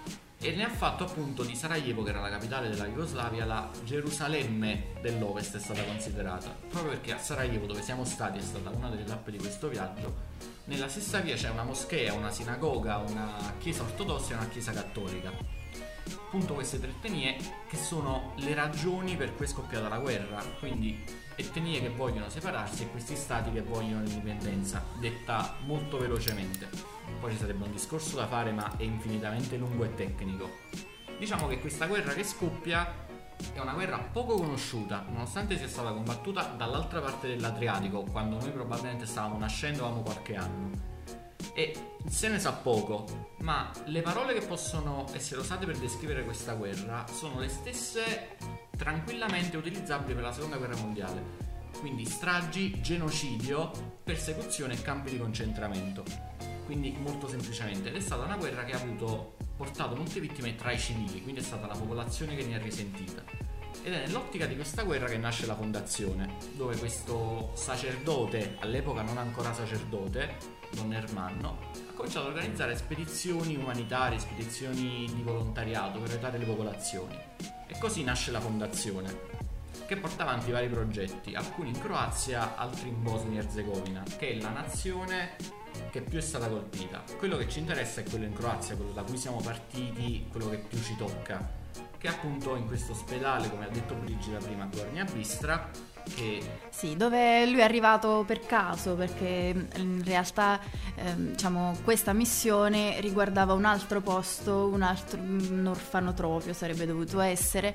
Speaker 7: E ne ha fatto appunto di Sarajevo, che era la capitale della Jugoslavia, la Gerusalemme dell'Ovest è stata considerata. Proprio perché a Sarajevo, dove siamo stati, è stata una delle tappe di questo viaggio. Nella stessa via c'è una moschea, una sinagoga, una chiesa ortodossa e una chiesa cattolica. Appunto queste tre etnie che sono le ragioni per cui è scoppiata la guerra, quindi etnie che vogliono separarsi e questi stati che vogliono l'indipendenza, detta molto velocemente. Poi ci sarebbe un discorso da fare, ma è infinitamente lungo e tecnico. Diciamo che questa guerra che scoppia è una guerra poco conosciuta, nonostante sia stata combattuta dall'altra parte dell'Adriatico, quando noi probabilmente stavamo nascendo, avevamo qualche anno. E se ne sa poco, ma le parole che possono essere usate per descrivere questa guerra sono le stesse tranquillamente utilizzabili per la seconda guerra mondiale. Quindi stragi, genocidio, persecuzione e campi di concentramento. Quindi molto semplicemente, ed è stata una guerra che ha avuto portato molte vittime tra i civili, quindi è stata la popolazione che ne ha risentita. Ed è nell'ottica di questa guerra che nasce la fondazione, dove questo sacerdote, all'epoca non ancora sacerdote, Don Ermanno, ha cominciato ad organizzare spedizioni umanitarie, spedizioni di volontariato per aiutare le popolazioni. E così nasce la fondazione, che porta avanti vari progetti, alcuni in Croazia, altri in Bosnia e Erzegovina, che è la nazione che più è stata colpita. Quello che ci interessa è quello in Croazia, quello da cui siamo partiti, quello che più ci tocca, che è appunto in questo ospedale, come ha detto Brigida prima, a Gornja Bistra, che...
Speaker 6: Sì, dove lui è arrivato per caso, perché in realtà ehm, diciamo questa missione riguardava un altro posto, un altro un orfanotrofio sarebbe dovuto essere,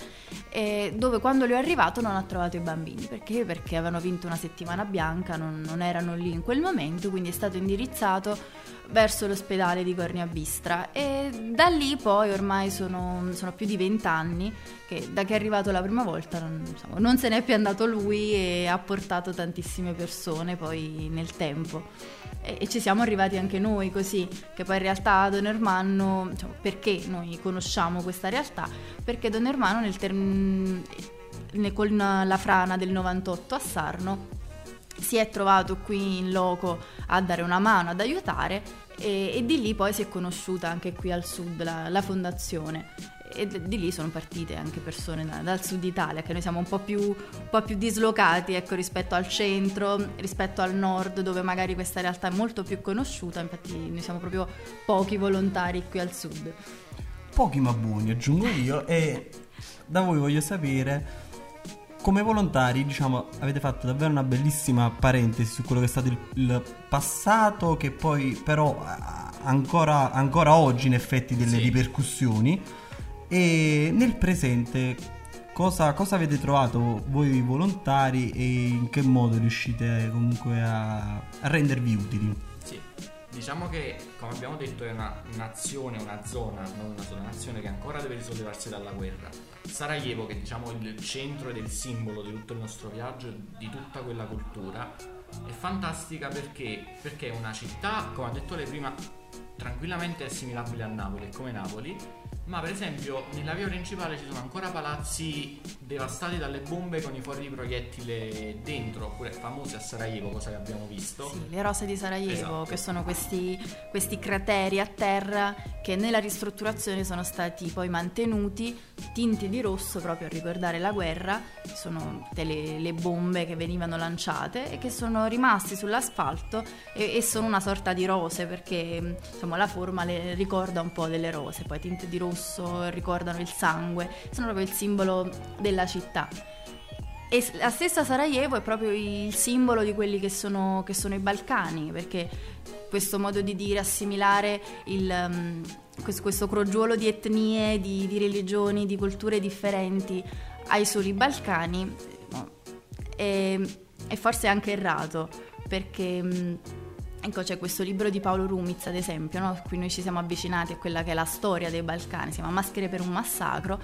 Speaker 6: e dove quando lui è arrivato non ha trovato i bambini. Perché? Perché avevano vinto una settimana bianca, non, non erano lì in quel momento, quindi è stato indirizzato verso l'ospedale di Gornja Bistra, e da lì poi ormai sono, sono più di vent'anni che da che è arrivato la prima volta non, insomma, non se n'è più andato lui, e ha portato tantissime persone poi nel tempo, e, e ci siamo arrivati anche noi così, che poi in realtà Don Ermanno, diciamo, perché noi conosciamo questa realtà? Perché Don Ermanno nel term- ne, con la frana del novantotto a Sarno si è trovato qui in loco a dare una mano, ad aiutare, e, e di lì poi si è conosciuta anche qui al sud la, la fondazione, e di lì sono partite anche persone da, dal sud Italia, che noi siamo un po' più, un po' più dislocati, ecco, rispetto al centro, rispetto al nord, dove magari questa realtà è molto più conosciuta. Infatti noi siamo proprio pochi volontari qui al sud.
Speaker 5: Pochi ma buoni, aggiungo io, e da voi voglio sapere, come volontari, diciamo, avete fatto davvero una bellissima parentesi su quello che è stato il, il passato, che poi però ancora, ancora oggi in effetti delle sì. ripercussioni, e nel presente cosa, cosa avete trovato voi volontari, e in che modo riuscite comunque a, a rendervi utili?
Speaker 7: Sì, diciamo che, come abbiamo detto, è una nazione, una zona, non una sola nazione, che ancora deve risollevarsi dalla guerra. Sarajevo, che diciamo è il centro ed il simbolo di tutto il nostro viaggio, di tutta quella cultura, è fantastica perché, perché è una città, come ha detto lei prima, tranquillamente assimilabile a Napoli, è come Napoli, ma per esempio nella via principale ci sono ancora palazzi devastati dalle bombe con i fori di proiettile dentro, oppure famosi a Sarajevo, cosa che abbiamo visto.
Speaker 6: Sì, le rose di Sarajevo,
Speaker 7: esatto.
Speaker 6: Che sono questi, questi crateri a terra che nella ristrutturazione sono stati poi mantenuti, tinti di rosso proprio a ricordare la guerra. Sono tutte le, le bombe che venivano lanciate e che sono rimasti sull'asfalto, e, e sono una sorta di rose, perché insomma la forma le ricorda un po' delle rose, poi tinte di rosso ricordano il sangue, sono proprio il simbolo della città. E la stessa Sarajevo è proprio il simbolo di quelli che sono, che sono i Balcani, perché questo modo di dire, assimilare il, um, questo, questo crogiuolo di etnie, di, di religioni, di culture differenti ai soli Balcani, no, è, è forse anche errato, perché um, ecco, c'è questo libro di Paolo Rumiz, ad esempio, no? Qui noi ci siamo avvicinati a quella che è la storia dei Balcani, si chiama Maschere per un massacro,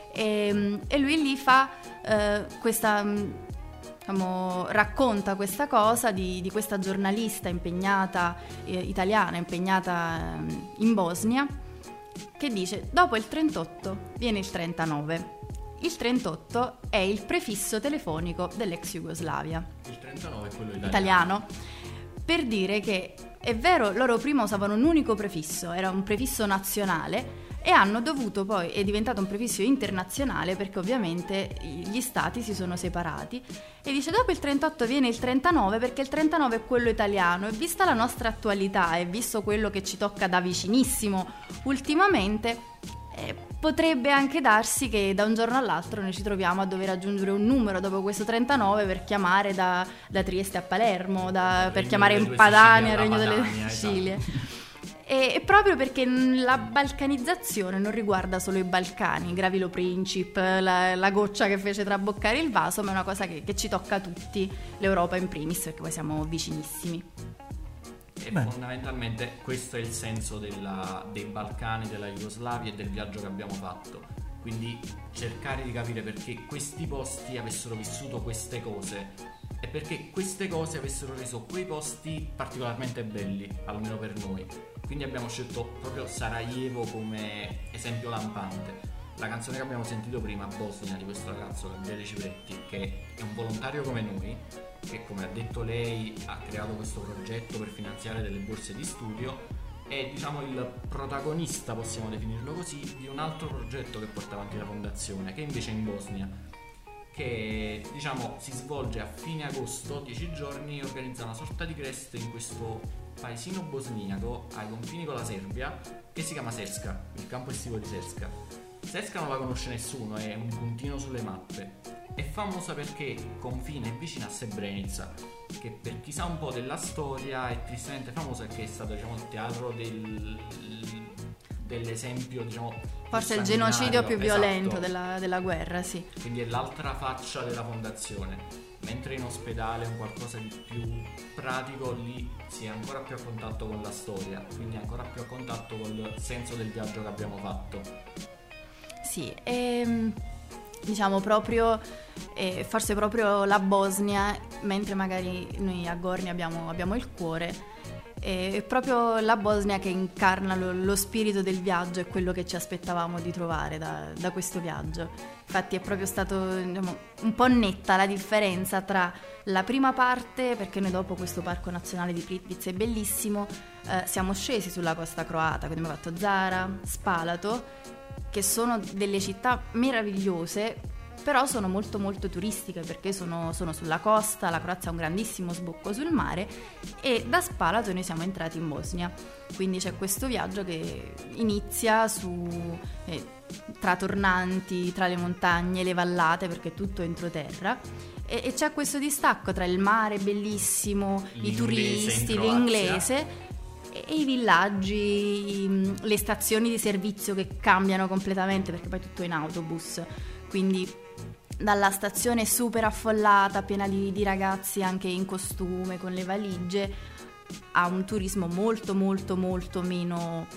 Speaker 6: e, e lui lì fa eh, questa, diciamo, racconta questa cosa di, di questa giornalista impegnata, eh, italiana, impegnata eh, in Bosnia, che dice: dopo il trentotto viene il trentanove. Il trentotto è il prefisso telefonico dell'ex Jugoslavia.
Speaker 7: Il trentanove è quello italiano.
Speaker 6: Italiano. Per dire che è vero, loro prima usavano un unico prefisso, era un prefisso nazionale, e hanno dovuto poi, è diventato un prefisso internazionale perché ovviamente gli stati si sono separati, e dice dopo il trentotto viene il trentanove perché il trentanove è quello italiano, e vista la nostra attualità e visto quello che ci tocca da vicinissimo ultimamente, eh, potrebbe anche darsi che da un giorno all'altro noi ci troviamo a dover aggiungere un numero dopo questo trentanove per chiamare da, da Trieste a Palermo, da, per chiamare in Padania il Regno delle Sicilie. E, e proprio perché la balcanizzazione non riguarda solo i Balcani, Gravilo Princip, la, la goccia che fece traboccare il vaso, ma è una cosa che, che ci tocca a tutti, l'Europa in primis, perché poi siamo vicinissimi.
Speaker 7: E Beh. fondamentalmente questo è il senso della, dei Balcani, della Jugoslavia e del viaggio che abbiamo fatto. Quindi cercare di capire perché questi posti avessero vissuto queste cose e perché queste cose avessero reso quei posti particolarmente belli, almeno per noi. Quindi abbiamo scelto proprio Sarajevo come esempio lampante. La canzone che abbiamo sentito prima, Bosnia, di questo ragazzo Gabriele Cipretti, che è un volontario come noi, che come ha detto lei ha creato questo progetto per finanziare delle borse di studio, è diciamo il protagonista, possiamo definirlo così, di un altro progetto che porta avanti la fondazione, che invece è in Bosnia, che diciamo si svolge a fine agosto, dieci giorni, organizza una sorta di crest in questo paesino bosniaco ai confini con la Serbia, che si chiama Sesca, il campo estivo di Sesca. Sesca non la conosce nessuno, è un puntino sulle mappe. È famosa perché confina e vicina a Srebrenica, che per chi sa un po' della storia è tristemente famosa perché è stato diciamo il teatro del, dell'esempio diciamo
Speaker 6: forse il genocidio più
Speaker 7: esatto.
Speaker 6: violento della, della guerra, sì.
Speaker 7: Quindi è l'altra faccia della fondazione. Mentre in ospedale è un qualcosa di più pratico, lì si è ancora più a contatto con la storia, quindi ancora più a contatto col senso del viaggio che abbiamo fatto.
Speaker 6: Sì, e diciamo proprio, eh, forse proprio la Bosnia, mentre magari noi a Gorni abbiamo, abbiamo il cuore, è proprio la Bosnia che incarna lo, lo spirito del viaggio e quello che ci aspettavamo di trovare da, da questo viaggio. Infatti è proprio stato diciamo, un po' netta la differenza tra la prima parte, perché noi dopo questo parco nazionale di Plitvice è bellissimo, eh, siamo scesi sulla costa croata, quindi abbiamo fatto Zara, Spalato, che sono delle città meravigliose, però sono molto molto turistiche perché sono, sono sulla costa, la Croazia ha un grandissimo sbocco sul mare, e da Spalato noi siamo entrati in Bosnia, quindi c'è questo viaggio che inizia su eh, tra tornanti, tra le montagne, le vallate, perché è tutto entroterra, e, e c'è questo distacco tra il mare bellissimo, l'inglese, i turisti, l'inglese e i villaggi, le stazioni di servizio che cambiano completamente perché poi tutto in autobus, quindi dalla stazione super affollata, piena di, di ragazzi anche in costume, con le valigie, a un turismo molto molto molto meno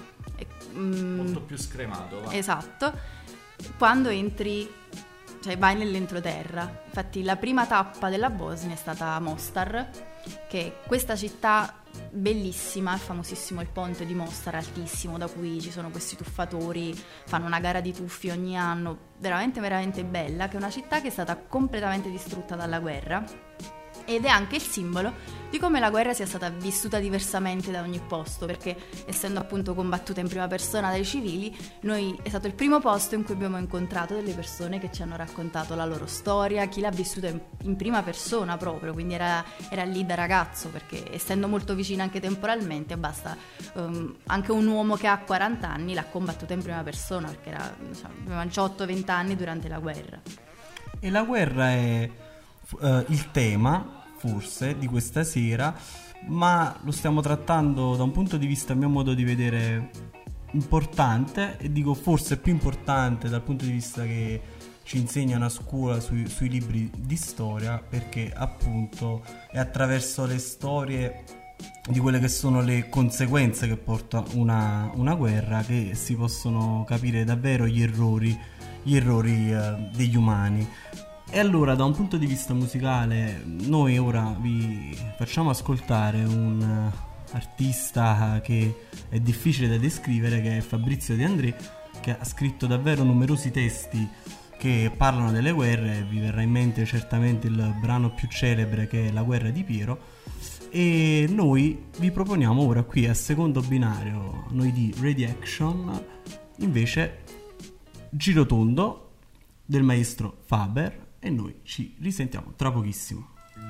Speaker 6: mm,
Speaker 7: molto più scremato, va.
Speaker 6: Esatto, quando entri, cioè vai nell'entroterra. Infatti la prima tappa della Bosnia è stata Mostar, che è questa città bellissima, è famosissimo il ponte di Mostar altissimo, da cui ci sono questi tuffatori, fanno una gara di tuffi ogni anno, veramente veramente bella, che è una città che è stata completamente distrutta dalla guerra, ed è anche il simbolo di come la guerra sia stata vissuta diversamente da ogni posto, perché essendo appunto combattuta in prima persona dai civili, noi è stato il primo posto in cui abbiamo incontrato delle persone che ci hanno raccontato la loro storia, chi l'ha vissuta in, in prima persona proprio, quindi era, era lì da ragazzo, perché essendo molto vicina anche temporalmente, basta um, anche un uomo che ha quaranta anni l'ha combattuta in prima persona, perché era, diciamo, aveva diciotto venti anni durante la guerra.
Speaker 5: E la guerra è uh, il tema, forse, di questa sera, ma lo stiamo trattando da un punto di vista, a mio modo di vedere, importante, e dico forse più importante dal punto di vista che ci insegnano a scuola sui, sui libri di storia, perché appunto è attraverso le storie di quelle che sono le conseguenze che porta una, una guerra che si possono capire davvero gli errori, gli errori eh, degli umani. E allora, da un punto di vista musicale, noi ora vi facciamo ascoltare un uh, artista che è difficile da descrivere, che è Fabrizio De André, che ha scritto davvero numerosi testi che parlano delle guerre. Vi verrà in mente certamente il brano più celebre, che è La guerra di Piero, e noi vi proponiamo ora qui a secondo binario, noi di Reaction, invece Girotondo del maestro Faber, e noi ci risentiamo tra pochissimo.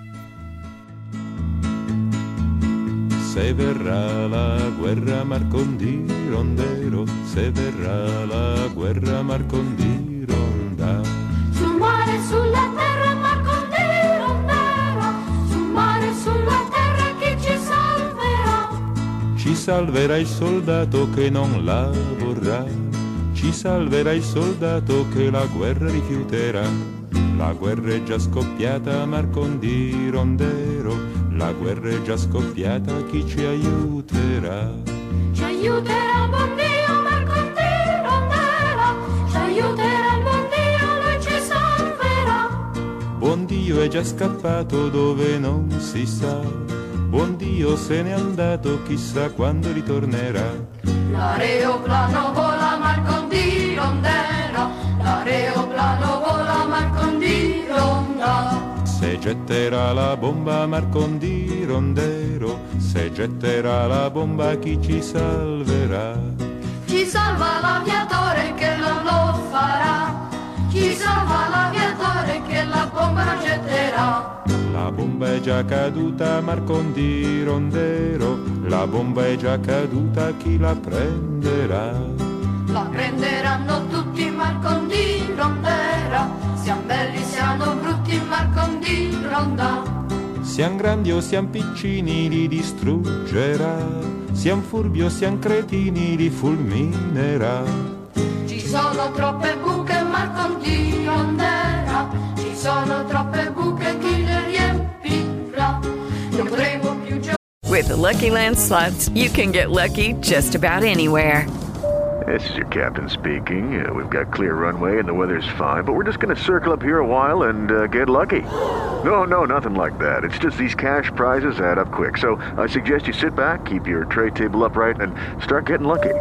Speaker 19: Se verrà la guerra Marcondi Rondero, se verrà la guerra Marcondi Ronda.
Speaker 20: Sul mare, sulla terra Marcondi Rondero, sul mare, sulla terra chi ci salverà?
Speaker 19: Ci salverà il soldato che non la vorrà, ci salverà il soldato che la guerra rifiuterà. La guerra è già scoppiata Marcondi Rondero, la guerra è già scoppiata, chi ci aiuterà?
Speaker 20: Ci aiuterà il buon Dio Marcondi Rondero, ci aiuterà il buon Dio, lui ci salverà.
Speaker 19: Buon Dio è già scappato dove non si sa, buon Dio se n'è andato, chissà quando ritornerà.
Speaker 20: L'aeroplano vola Marcondi Rondero, l'aeroplano vola Marcondi Ronda.
Speaker 19: Se getterà la bomba Marcondi Rondero, se getterà la bomba chi ci salverà?
Speaker 20: Ci salva l'aviatore che non lo farà, ci salva l'aviatore che la bomba non getterà.
Speaker 19: La bomba è già caduta Marcondi Rondero, la bomba è già caduta, chi la prenderà?
Speaker 20: La prenderanno tutti Marcondi Rondera, siamo belli, siamo brutti Marcondi Ronda.
Speaker 19: Siam grandi o siam piccini li distruggerà, siam furbi o siam cretini li fulminerà.
Speaker 20: Ci sono troppe buche Marcondi Rondera, ci sono troppe buche, chi le riempirà? Non potremo più giocare.
Speaker 13: With the Lucky Land Slots, you can get lucky just about anywhere.
Speaker 21: This is your captain speaking. Uh, we've got clear runway and the weather's fine, but we're just going to circle up here a while and uh, get lucky. No, no, nothing like that. It's just these cash prizes add up quick. So I suggest you sit back, keep your tray table upright, and start getting lucky.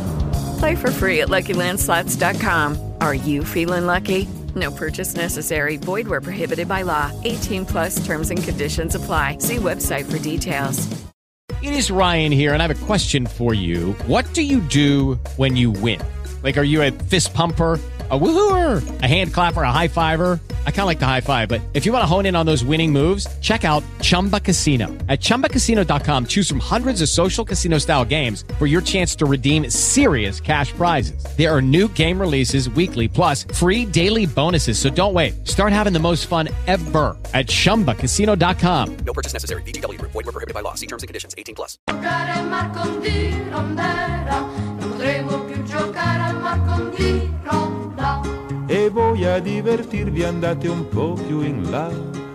Speaker 13: Play for free at Lucky Land Slots dot com. Are you feeling lucky? No purchase necessary. Void where prohibited by law. eighteen plus terms and conditions apply. See website for details.
Speaker 17: It is Ryan here, and I have a question for you. What do you do when you win? Like, are you a fist pumper, a woohooer, a hand clapper, a high fiver? I kind of like the high five, but if you want to hone in on those winning moves, check out Chumba Casino. At Chumba Casino dot com, choose from hundreds of social casino-style games for your chance to redeem serious cash prizes. There are new game releases weekly, plus free daily bonuses, so don't wait. Start having the most fun ever at Chumba Casino dot com.
Speaker 18: No purchase necessary. V G W. Void where prohibited by law. See terms and conditions. eighteen plus.
Speaker 20: Giocare al Marcondi Rondera, non potremo più giocare al Marcondi Ronda.
Speaker 19: E voi a divertirvi andate un po' più in là,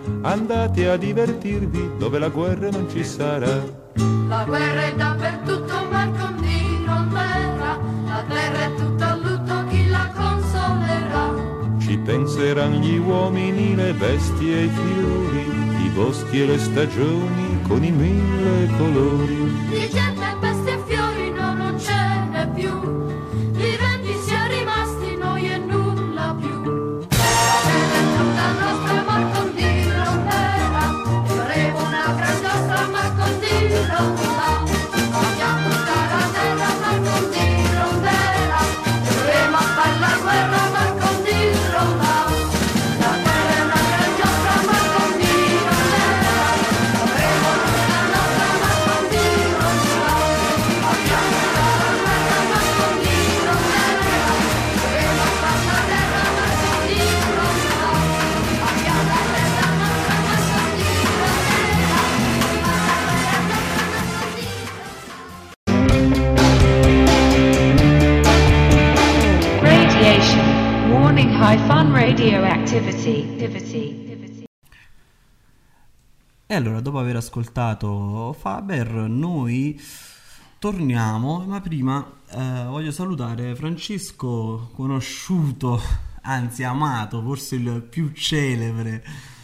Speaker 19: andate a divertirvi dove la guerra non ci sarà.
Speaker 20: La guerra è dappertutto Marcondi Rondera, la terra è tutta a lutto, chi la consolerà?
Speaker 19: Ci penseranno gli uomini, le bestie e i fiori, i boschi e le stagioni con i mille colori.
Speaker 20: Di gente, bestie e fiori no, non ce n'è più, viventi siamo rimasti noi e nulla più. La nostra Marcondi Rondera, e faremo una gran nostra Marcondi Ronda. Vogliamo stare a terra Marcondi Rondera, e dovremo fare la guerra Marcondi Ronda. La terra è una gran nostra Marcondi Rondera, dovremo la nostra Marcondi Ronda.
Speaker 3: activity. activity.
Speaker 5: E allora, dopo aver ascoltato Faber, noi torniamo, ma prima eh, voglio salutare Francesco, conosciuto, anzi amato, forse il più celebre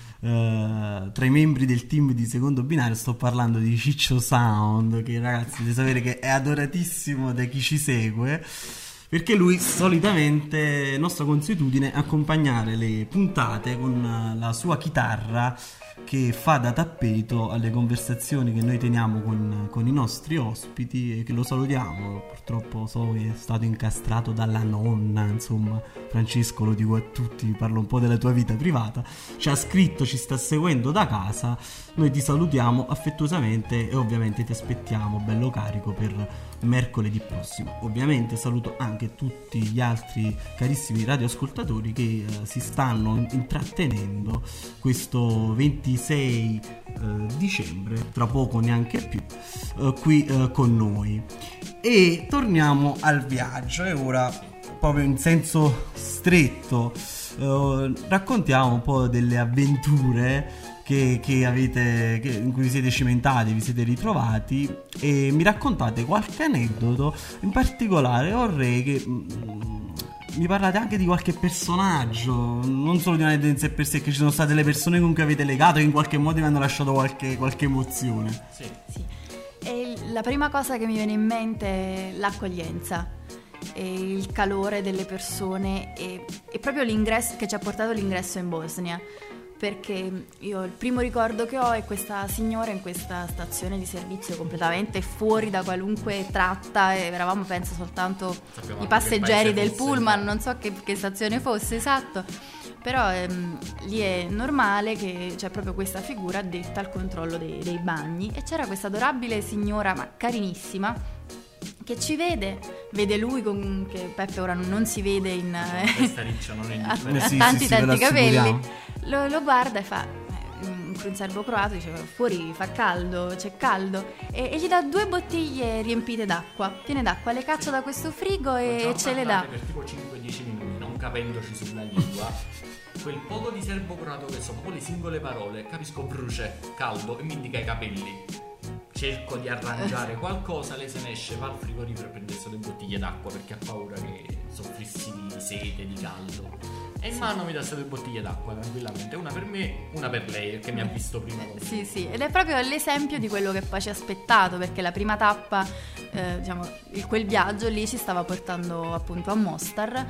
Speaker 5: eh, tra i membri del team di Secondo Binario. Sto parlando di Ciccio Sound, che ragazzi dovete sapere che è adoratissimo da chi ci segue, perché lui solitamente, è nostra consuetudine, accompagnare le puntate con la sua chitarra, che fa da tappeto alle conversazioni che noi teniamo con, con i nostri ospiti, e che lo salutiamo. Purtroppo so che è stato incastrato dalla nonna, insomma. Francesco, lo dico a tutti, parlo un po' della tua vita privata. Ci ha scritto, ci sta seguendo da casa. Noi ti salutiamo affettuosamente e ovviamente ti aspettiamo bello carico per mercoledì prossimo. Ovviamente saluto anche tutti gli altri carissimi radioascoltatori che eh, si stanno intrattenendo questo ventisei eh, dicembre, tra poco neanche più, eh, qui eh, con noi. E torniamo al viaggio, e ora proprio in senso stretto eh, raccontiamo un po' delle avventure Che, che avete, che, in cui vi siete cimentati, vi siete ritrovati, e mi raccontate qualche aneddoto. In particolare vorrei che mm, mi parlate anche di qualche personaggio, non solo di un aneddoto in sé per sé, che ci sono state delle persone con cui avete legato, che in qualche modo vi hanno lasciato qualche, qualche emozione.
Speaker 6: Sì. Sì. E la prima cosa che mi viene in mente è l'accoglienza e il calore delle persone, e, e proprio l'ingresso che ci ha portato l'ingresso in Bosnia. Perché io il primo ricordo che ho è questa signora in questa stazione di servizio completamente fuori da qualunque tratta, e eravamo penso soltanto Sappiamo i passeggeri del fosse, pullman, non so che, che stazione fosse, esatto, però ehm, lì è normale che c'è proprio questa figura addetta al controllo dei, dei bagni, e c'era questa adorabile signora, ma carinissima, che ci vede, vede lui con, che Peppe ora non si vede in
Speaker 7: questa riccia, non in
Speaker 6: a, a
Speaker 5: sì,
Speaker 6: tanti
Speaker 5: sì,
Speaker 6: tanti
Speaker 5: sì,
Speaker 6: capelli, lo, lo guarda e fa, in serbo croato dice, fuori fa caldo, c'è caldo, e, e gli dà due bottiglie riempite d'acqua, piene d'acqua, le caccia da questo frigo e ce le dà
Speaker 7: per tipo cinque dieci minuti, non capendoci sulla lingua. Quel poco di serbo croato che so, proprio le singole parole, capisco bruce, caldo, e mi indica i capelli. Cerco di arrangiare qualcosa, lei se ne esce, va al frigorifero e prende le bottiglie d'acqua perché ha paura che soffrissi di sete, di caldo. E in mano mi dà queste due bottiglie d'acqua tranquillamente, una per me, una per lei, che mi ha visto prima.
Speaker 6: Sì, sì, ed è proprio l'esempio di quello che poi ci ha aspettato, perché la prima tappa, eh, diciamo, quel viaggio lì ci stava portando appunto a Mostar,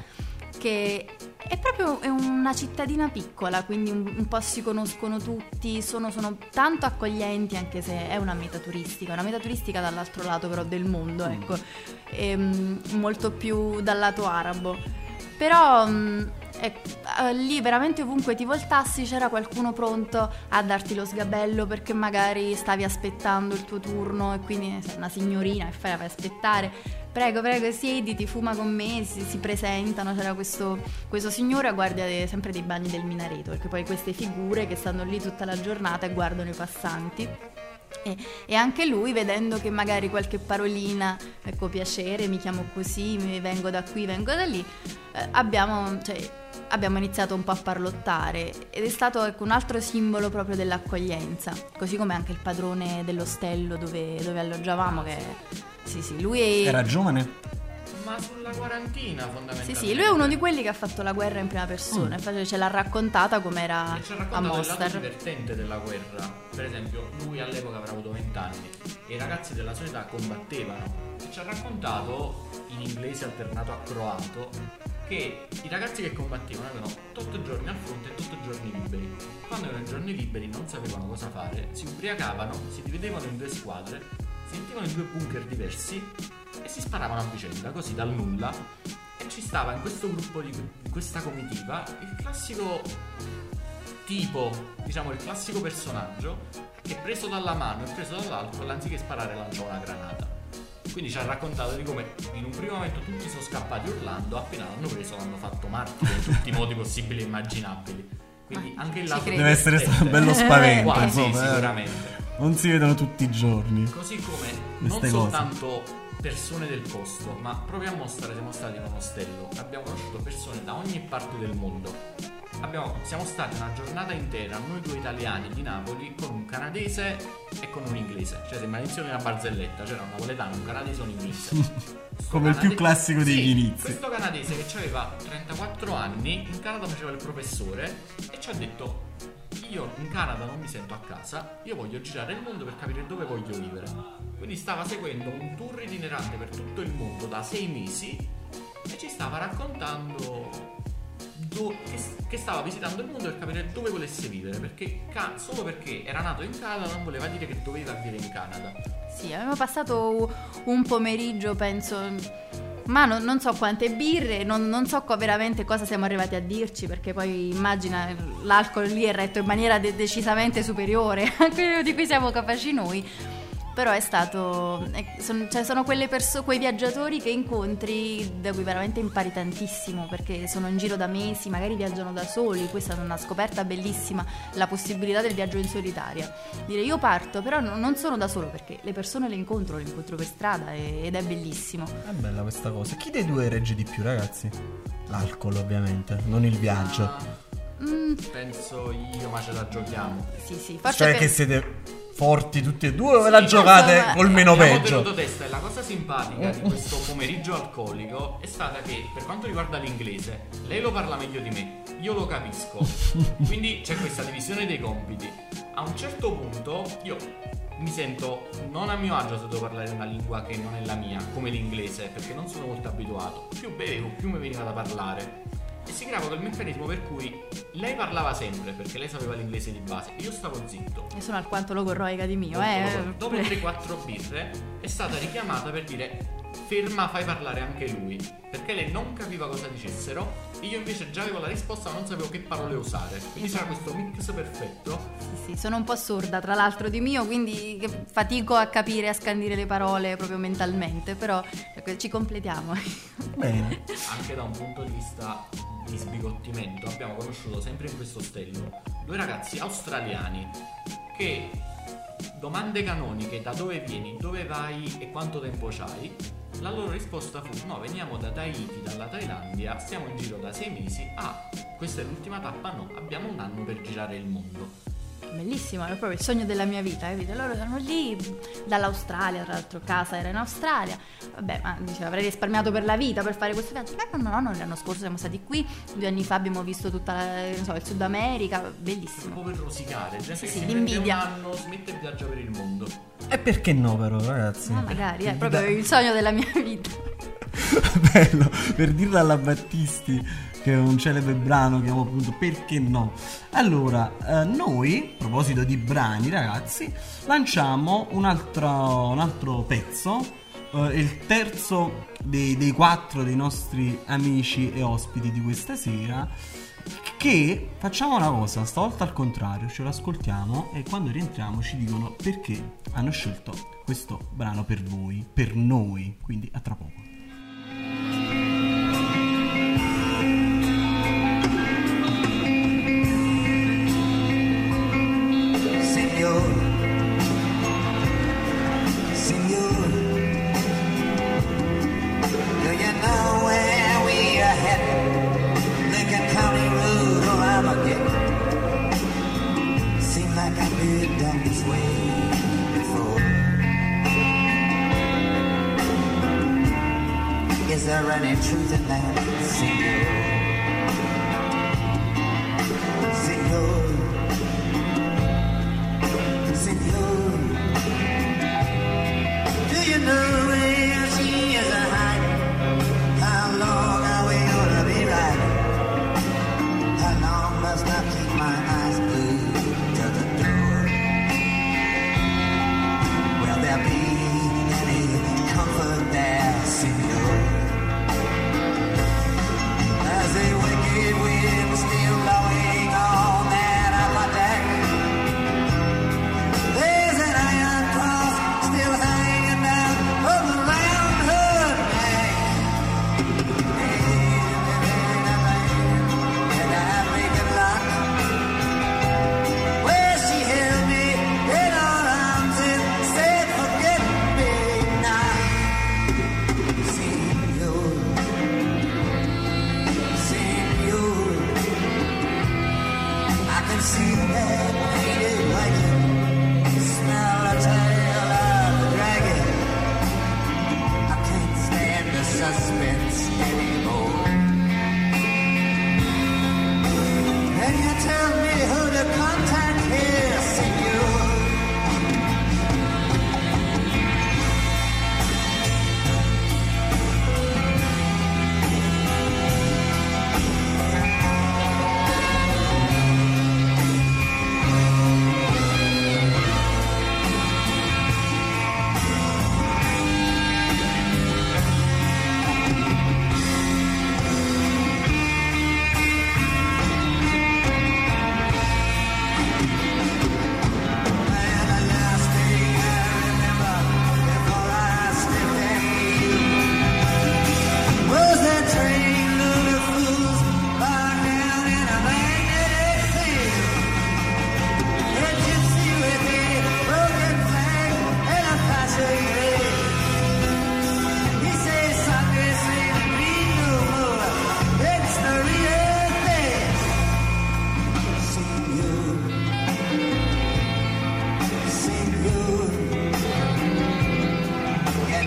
Speaker 6: che è proprio è una cittadina piccola, quindi un, un po' si conoscono tutti, sono, sono tanto accoglienti, anche se è una meta turistica, una meta turistica dall'altro lato però del mondo, ecco, e, molto più dal lato arabo, però è, lì veramente ovunque ti voltassi c'era qualcuno pronto a darti lo sgabello, perché magari stavi aspettando il tuo turno e quindi sei una signorina e fai aspettare, prego prego siediti, fuma con me, si, si presentano, c'era questo, questo signore a guardia de, sempre dei bagni del minareto, perché poi queste figure che stanno lì tutta la giornata e guardano i passanti. E, e anche lui, vedendo che magari qualche parolina, ecco, piacere, mi chiamo così, mi vengo da qui, vengo da lì, eh, abbiamo, cioè, abbiamo iniziato un po' a parlottare, ed è stato, ecco, un altro simbolo proprio dell'accoglienza, così come anche il padrone dell'ostello dove, dove alloggiavamo, che sì sì, lui è...
Speaker 5: era giovane?
Speaker 7: Ma sulla quarantina fondamentalmente.
Speaker 6: Sì, sì, lui è uno di quelli che ha fatto la guerra in prima persona, mm. infatti ce l'ha raccontata com'era
Speaker 7: e ci ha
Speaker 6: a Mostar.
Speaker 7: Il lato divertente della guerra. Per esempio, lui all'epoca avrà avuto venti anni e i ragazzi della sua età combattevano, e ci ha raccontato in inglese alternato a croato che i ragazzi che combattevano avevano otto giorni al fronte e otto giorni liberi. Quando erano i giorni liberi non sapevano cosa fare, si ubriacavano, si dividevano in due squadre, si mettevano in due bunker diversi e si sparavano a vicenda, così dal nulla. E ci stava in questo gruppo di, di questa comitiva il classico tipo, diciamo il classico personaggio che preso dalla mano e preso dall'altro, anziché sparare lancia una granata. Quindi ci ha raccontato di come in un primo momento tutti sono scappati urlando, appena l'hanno preso l'hanno fatto martire in tutti i modi possibili e immaginabili. Quindi anche il lato
Speaker 5: deve essere stato un bello spavento,
Speaker 7: Quasi,
Speaker 5: insomma,
Speaker 7: sì, sicuramente.
Speaker 5: Non si vedono tutti i giorni.
Speaker 7: Così come non
Speaker 5: cose.
Speaker 7: soltanto persone del posto, ma proprio a Mostar siamo stati in un ostello, abbiamo conosciuto persone da ogni parte del mondo abbiamo, siamo stati una giornata intera, noi due italiani di Napoli, con un canadese e con un inglese. Cioè sembra l'inizio di una barzelletta, c'era un napoletano, un canadese e un inglese.
Speaker 5: Come il più classico degli
Speaker 7: sì,
Speaker 5: inizi.
Speaker 7: Questo canadese che aveva trentaquattro anni, in Canada faceva il professore e ci ha detto: io in Canada non mi sento a casa, io voglio girare il mondo per capire dove voglio vivere. Quindi stava seguendo un tour itinerante per tutto il mondo da sei mesi e ci stava raccontando do- che, che stava visitando il mondo per capire dove volesse vivere, perché ca- solo perché era nato in Canada non voleva dire che doveva vivere in Canada.
Speaker 6: Sì, avevamo passato un pomeriggio, penso, ma non, non so quante birre, non, non so co- veramente cosa siamo arrivati a dirci, perché poi immagina, l'alcol lì è retto in maniera de- decisamente superiore a quello di cui siamo capaci noi. Però è stato, è, son, cioè sono quelle perso- quei viaggiatori che incontri da cui veramente impari tantissimo, perché sono in giro da mesi, magari viaggiano da soli. Questa è una scoperta bellissima, la possibilità del viaggio in solitaria. Dire io parto, però no, non sono da solo, perché le persone le incontro, le incontro per strada e, ed è bellissimo.
Speaker 5: È bella questa cosa. Chi dei due regge di più, ragazzi? L'alcol, ovviamente, non il viaggio.
Speaker 6: Mm.
Speaker 7: Penso io, ma ce la giochiamo.
Speaker 6: Sì, sì, forse
Speaker 5: cioè
Speaker 6: per...
Speaker 5: che siete forti tutti e due o ve la giocate
Speaker 6: insomma,
Speaker 5: col meno
Speaker 7: abbiamo
Speaker 5: peggio?
Speaker 7: tenuto testa, e la cosa simpatica di questo pomeriggio alcolico è stata che, per quanto riguarda l'inglese, lei lo parla meglio di me, io lo capisco, quindi c'è questa divisione dei compiti. A un certo punto io mi sento non a mio agio se devo parlare una lingua che non è la mia, come l'inglese, perché non sono molto abituato. Più bevevo, più mi veniva da parlare. E si creava quel meccanismo per cui lei parlava sempre, perché lei sapeva l'inglese di base, io stavo zitto.
Speaker 6: Io sono alquanto logorroica di mio, eh.
Speaker 7: Dopo tre quattro birre è stata richiamata per dire: ferma, fai parlare anche lui, perché lei non capiva cosa dicessero e io invece già avevo la risposta ma non sapevo che parole usare. Quindi c'era questo mix perfetto.
Speaker 6: Sì, sì, sono un po' sorda tra l'altro di mio, quindi fatico a capire, a scandire le parole proprio mentalmente, però ci completiamo.
Speaker 5: Bene.
Speaker 7: Anche da un punto di vista di sbigottimento abbiamo conosciuto sempre in questo ostello due ragazzi australiani che, domande canoniche: da dove vieni, dove vai e quanto tempo c'hai, la loro risposta fu: no, veniamo da Tahiti, dalla Thailandia, stiamo in giro da sei mesi. Ah, questa è l'ultima tappa? No, abbiamo un anno per girare il mondo.
Speaker 6: Bellissimo, era proprio il sogno della mia vita, capito? Loro erano lì dall'Australia, tra l'altro casa era in Australia. Vabbè, ma diceva, avrei risparmiato per la vita per fare questo viaggio. No, no, no, no, l'anno scorso siamo stati qui, due anni fa abbiamo visto tutta la, non so, il Sud America, bellissimo.
Speaker 7: Un po' per rosicare, gente
Speaker 6: sì,
Speaker 7: che
Speaker 6: sì,
Speaker 7: si
Speaker 6: l'invidia.
Speaker 7: prende un anno, smette e viaggia per il mondo.
Speaker 5: E perché no però, ragazzi?
Speaker 6: Ma magari, è proprio il sogno della mia vita.
Speaker 5: Bello, per dirla alla Battisti, che è un celebre brano, chiamo appunto Perché no. Allora, eh, noi, a proposito di brani, ragazzi, lanciamo un altro, un altro pezzo, eh, il terzo dei, dei quattro dei nostri amici e ospiti di questa sera, che facciamo una cosa, stavolta al contrario, ce lo ascoltiamo e quando rientriamo ci dicono perché hanno scelto questo brano per voi, per noi, quindi a tra poco.
Speaker 1: Signor, Signor, do you know where we are headed? Lincoln County Road or Armageddon. Seems like I've been down this way before. Is there any truth in that, Signor? Signor, Signor, do you know where she is a hiding? How long are we gonna be riding? How long must I keep my eyes glued to the door? Will there be any comfort there, Signor? As a wicked wind still blowing on that upper deck, there's an iron cross still hanging down from the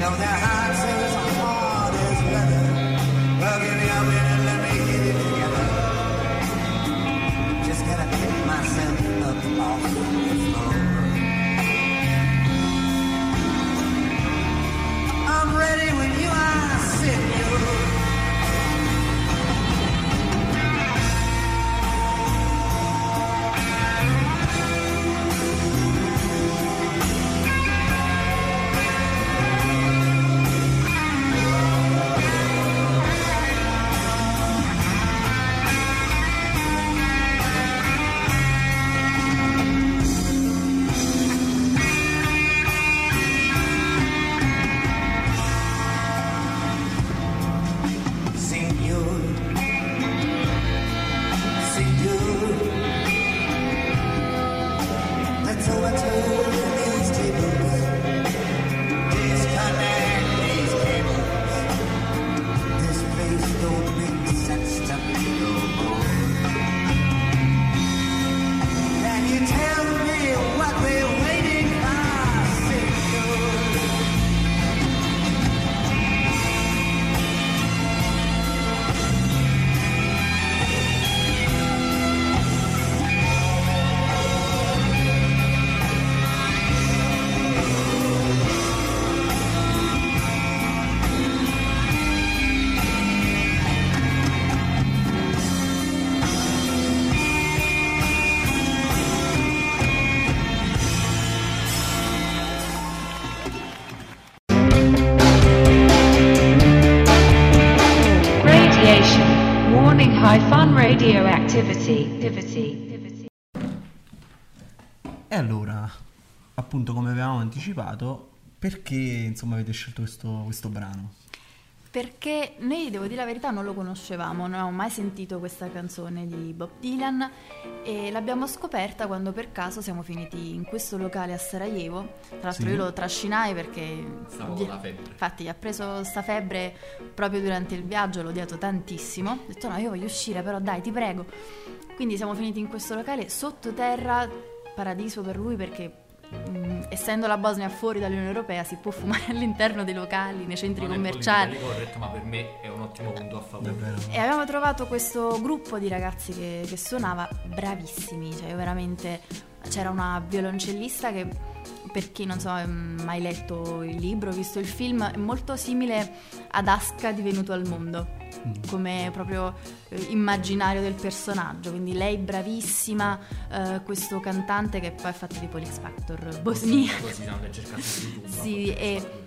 Speaker 1: know their hearts are as hard as leather. Well, give me a minute, let me get it together. Just gotta pick myself up off the floor. I'm ready when you are, senor.
Speaker 3: High fun radioactivity. Activity.
Speaker 5: E allora, appunto, come avevamo anticipato, perché insomma avete scelto questo, questo brano?
Speaker 6: Perché noi, devo dire la verità, non lo conoscevamo, non avevamo mai sentito questa canzone di Bob Dylan e l'abbiamo scoperta quando per caso siamo finiti in questo locale a Sarajevo. Tra l'altro
Speaker 7: Sì.
Speaker 6: io lo trascinai perché
Speaker 7: Stavo
Speaker 6: gli-
Speaker 7: con la febbre.
Speaker 6: infatti gli ha preso sta febbre proprio durante il viaggio, l'ho odiato tantissimo. Ho detto no, io voglio uscire, però dai, ti prego. Quindi siamo finiti in questo locale sottoterra, paradiso per lui perché Mm, essendo la Bosnia fuori dall'Unione Europea si può fumare all'interno dei locali, nei centri
Speaker 7: Non è
Speaker 6: commerciali.
Speaker 7: politically corretto, ma per me è un ottimo punto a favore.
Speaker 6: E avevamo trovato questo gruppo di ragazzi che, che suonava bravissimi, cioè io veramente c'era una violoncellista che, per chi non so ha mai letto il libro, visto il film, è molto simile ad Aska di Venuto al Mondo, come proprio eh, immaginario del personaggio, quindi lei bravissima, eh, questo cantante che poi ha fatto tipo l'X Factor Bosnia.
Speaker 7: Così hanno cercato su YouTube.
Speaker 6: Sì, e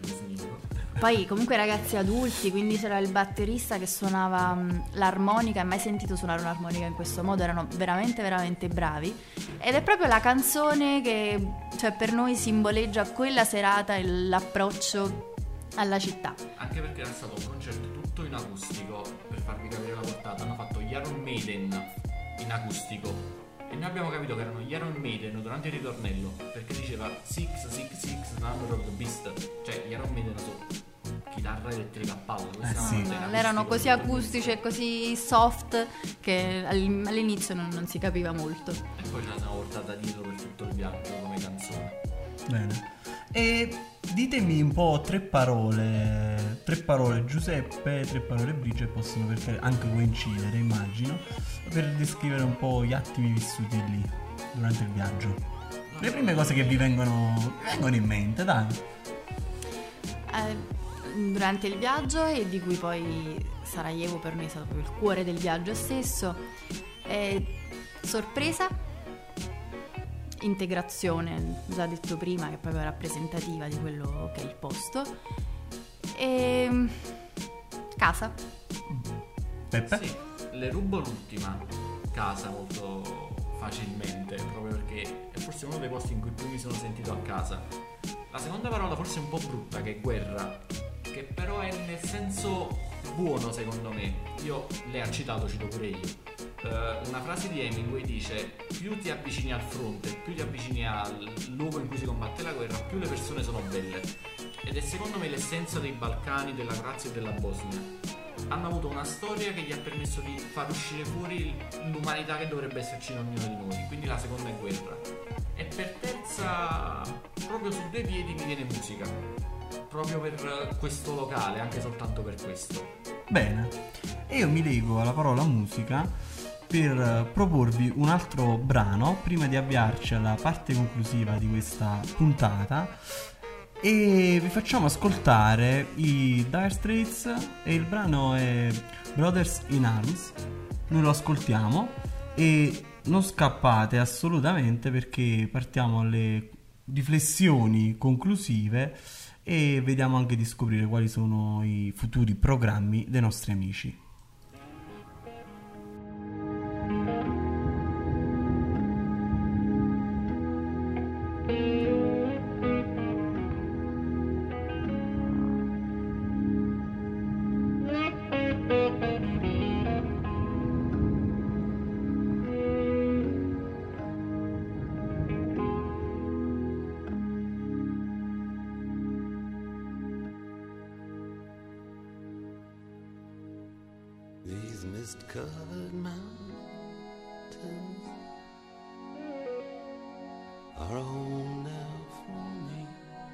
Speaker 6: poi comunque ragazzi adulti, quindi c'era il batterista che suonava mh, l'armonica, hai mai sentito suonare un'armonica in questo modo? Erano veramente veramente bravi ed è proprio la canzone che, cioè, per noi simboleggia quella serata e l'approccio alla città.
Speaker 7: Anche perché era stato un concerto tutto in acustico, per farvi capire la portata. Hanno fatto gli Iron Maiden in acustico e noi abbiamo capito che erano gli Iron Maiden durante il ritornello, perché diceva six six six number of the beast, cioè gli Iron Maiden sono chitarra elettrica a palla.
Speaker 6: Eh sì. Erano così acustici e così soft che all- all'inizio non, non si capiva molto.
Speaker 7: E poi ce la siamo portata dietro per tutto il viaggio come canzone.
Speaker 5: Bene. E ditemi un po' tre parole, tre parole Giuseppe, tre parole Brigia, possono perché anche coincidere, immagino, per descrivere un po' gli attimi vissuti lì durante il viaggio. Le prime cose che vi vengono, vi vengono in mente, dai.
Speaker 6: Eh, durante il viaggio, e di cui poi Sarajevo per noi è stato proprio il cuore del viaggio stesso, eh, sorpresa, integrazione, già detto prima, che è proprio rappresentativa di quello che è il posto, e casa.
Speaker 5: Peppe?
Speaker 7: Sì, le rubo l'ultima casa molto facilmente, proprio perché è forse uno dei posti in cui più mi sono sentito a casa. La seconda parola forse è un po' brutta, che è guerra, che però è nel senso buono secondo me. Io lei ha citato, cito pure io. Uh, una frase di Hemingway dice: più ti avvicini al fronte, più ti avvicini al luogo in cui si combatte la guerra, più le persone sono belle. Ed è secondo me l'essenza dei Balcani, della Croazia e della Bosnia. Hanno avuto una storia che gli ha permesso di far uscire fuori l'umanità che dovrebbe esserci in ognuno di noi. Quindi la seconda è guerra. E per terza, proprio su due piedi mi viene musica, proprio per questo locale, anche soltanto per questo.
Speaker 5: Bene, e io mi lego alla parola musica per proporvi un altro brano prima di avviarci alla parte conclusiva di questa puntata, e vi facciamo ascoltare i Dire Straits e il brano è Brothers in Arms. Noi lo ascoltiamo e non scappate assolutamente, perché partiamo alle riflessioni conclusive e vediamo anche di scoprire quali sono i futuri programmi dei nostri amici.
Speaker 12: These mist-covered mountains are a home now for me,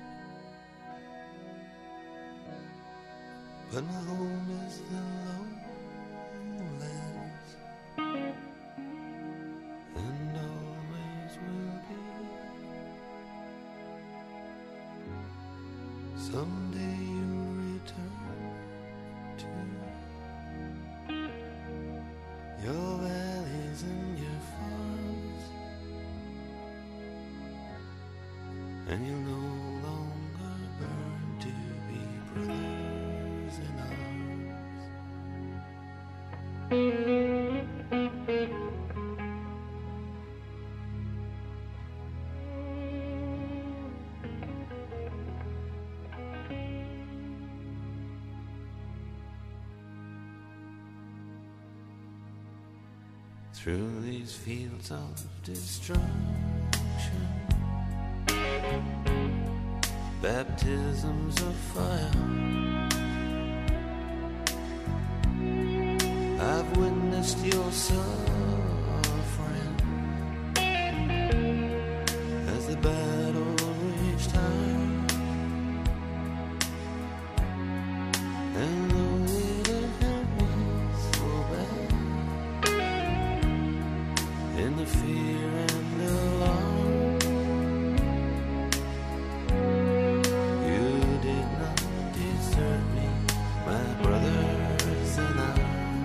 Speaker 12: but my home is the lowlands, and always will be. Someday you'll return to your valleys and your farms, and you'll no longer burn to be brothers in through these fields of destruction, baptisms of fire, I've witnessed your suffering as the battle raged high, and though it had hurt me so bad, in the fear and alarm, you did not desert me, my brothers in arms.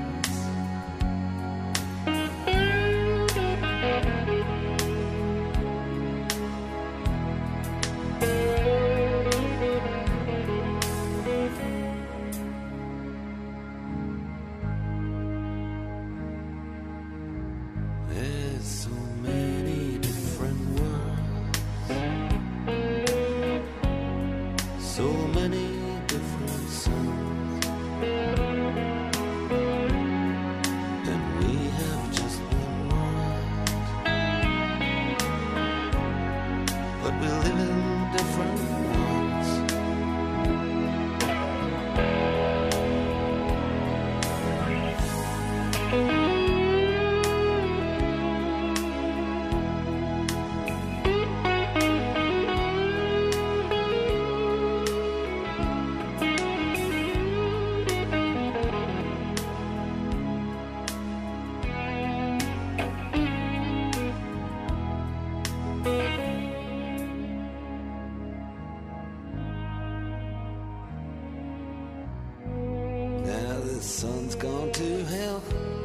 Speaker 12: There's so many different worlds, so many different suns, and we have just one world, but we live in different ones. Now the sun's gone to hell,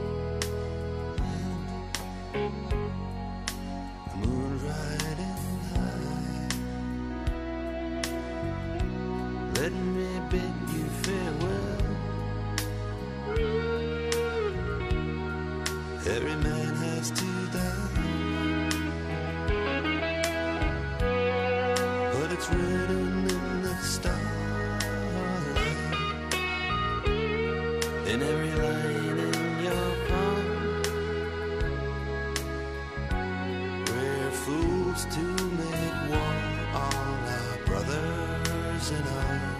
Speaker 12: the moon's riding high. Let me bid you farewell. Every man has to die, but it's written in the stars, in every line in your palm. We're fools to make war on our brothers in arms.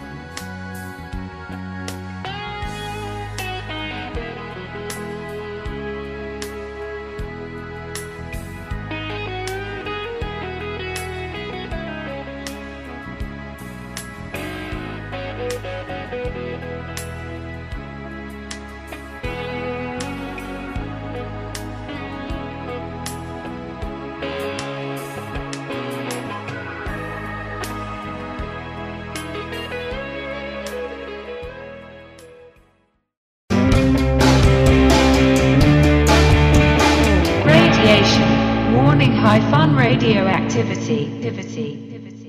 Speaker 3: activity, activity, activity.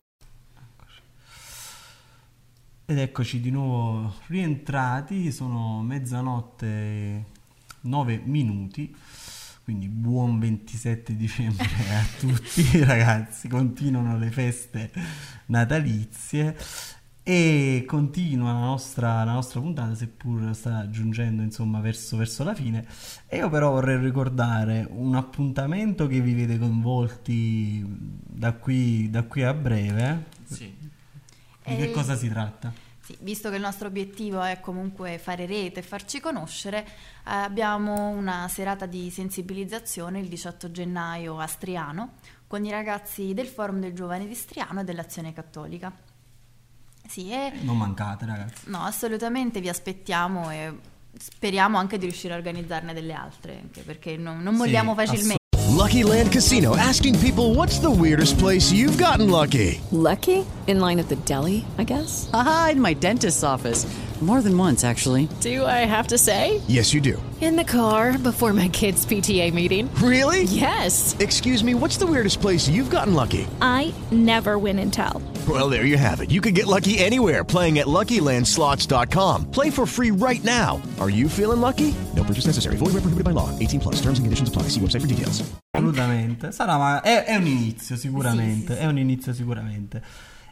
Speaker 5: Ed eccoci di nuovo rientrati, sono mezzanotte nove minuti, quindi buon ventisette dicembre a tutti ragazzi, continuano le feste natalizie e continua la nostra, la nostra puntata, seppur sta giungendo insomma verso, verso la fine. E io però vorrei ricordare un appuntamento che vi vede coinvolti da qui, da qui a breve.
Speaker 7: Sì.
Speaker 5: Di che
Speaker 6: E-
Speaker 5: cosa si tratta?
Speaker 6: Sì, visto che il nostro obiettivo è comunque fare rete e farci conoscere, eh, abbiamo una serata di sensibilizzazione il diciotto gennaio a Striano con i ragazzi del Forum del Giovane di Striano e dell'Azione Cattolica. Sì, e
Speaker 5: Non mancate ragazzi.
Speaker 6: no, assolutamente vi aspettiamo e speriamo anche di riuscire a organizzarne delle altre, anche perché non, non molliamo facilmente.
Speaker 4: Lucky Land Casino, asking people, what's the weirdest place you've gotten lucky?
Speaker 22: Lucky? In line at the deli, I guess?
Speaker 23: Aha, in my dentist's office. More than once, actually.
Speaker 22: Do I have to say?
Speaker 4: Yes, you do.
Speaker 22: In the car before my kids' P T A meeting.
Speaker 4: Really?
Speaker 22: Yes.
Speaker 4: Excuse me, what's the weirdest place you've gotten lucky?
Speaker 24: I never win and tell.
Speaker 4: Well, there you have it. You can get lucky anywhere, playing at Lucky Land Slots dot com. Play for free right now. Are you feeling lucky? No purchase necessary. Void where prohibited by law. eighteen plus. Terms and conditions apply. See website for details.
Speaker 5: Assolutamente. Sarà, ma è, è un inizio sicuramente.
Speaker 6: Sì, sì, sì.
Speaker 5: È un inizio sicuramente.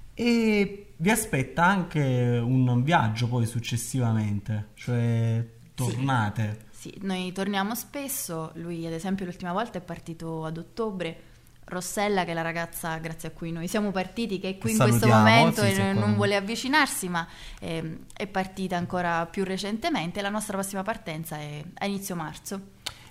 Speaker 5: E vi aspetta anche un viaggio poi successivamente, cioè tornate.
Speaker 6: Sì, noi torniamo spesso, lui ad esempio l'ultima volta è partito ad ottobre, Rossella che è la ragazza grazie a cui noi siamo partiti, che è qui in questo
Speaker 5: Salutiamo,
Speaker 6: momento
Speaker 5: sì,
Speaker 6: e
Speaker 5: sì,
Speaker 6: non
Speaker 5: qua-
Speaker 6: vuole avvicinarsi, ma ehm, è partita ancora più recentemente. La nostra prossima partenza è a inizio marzo.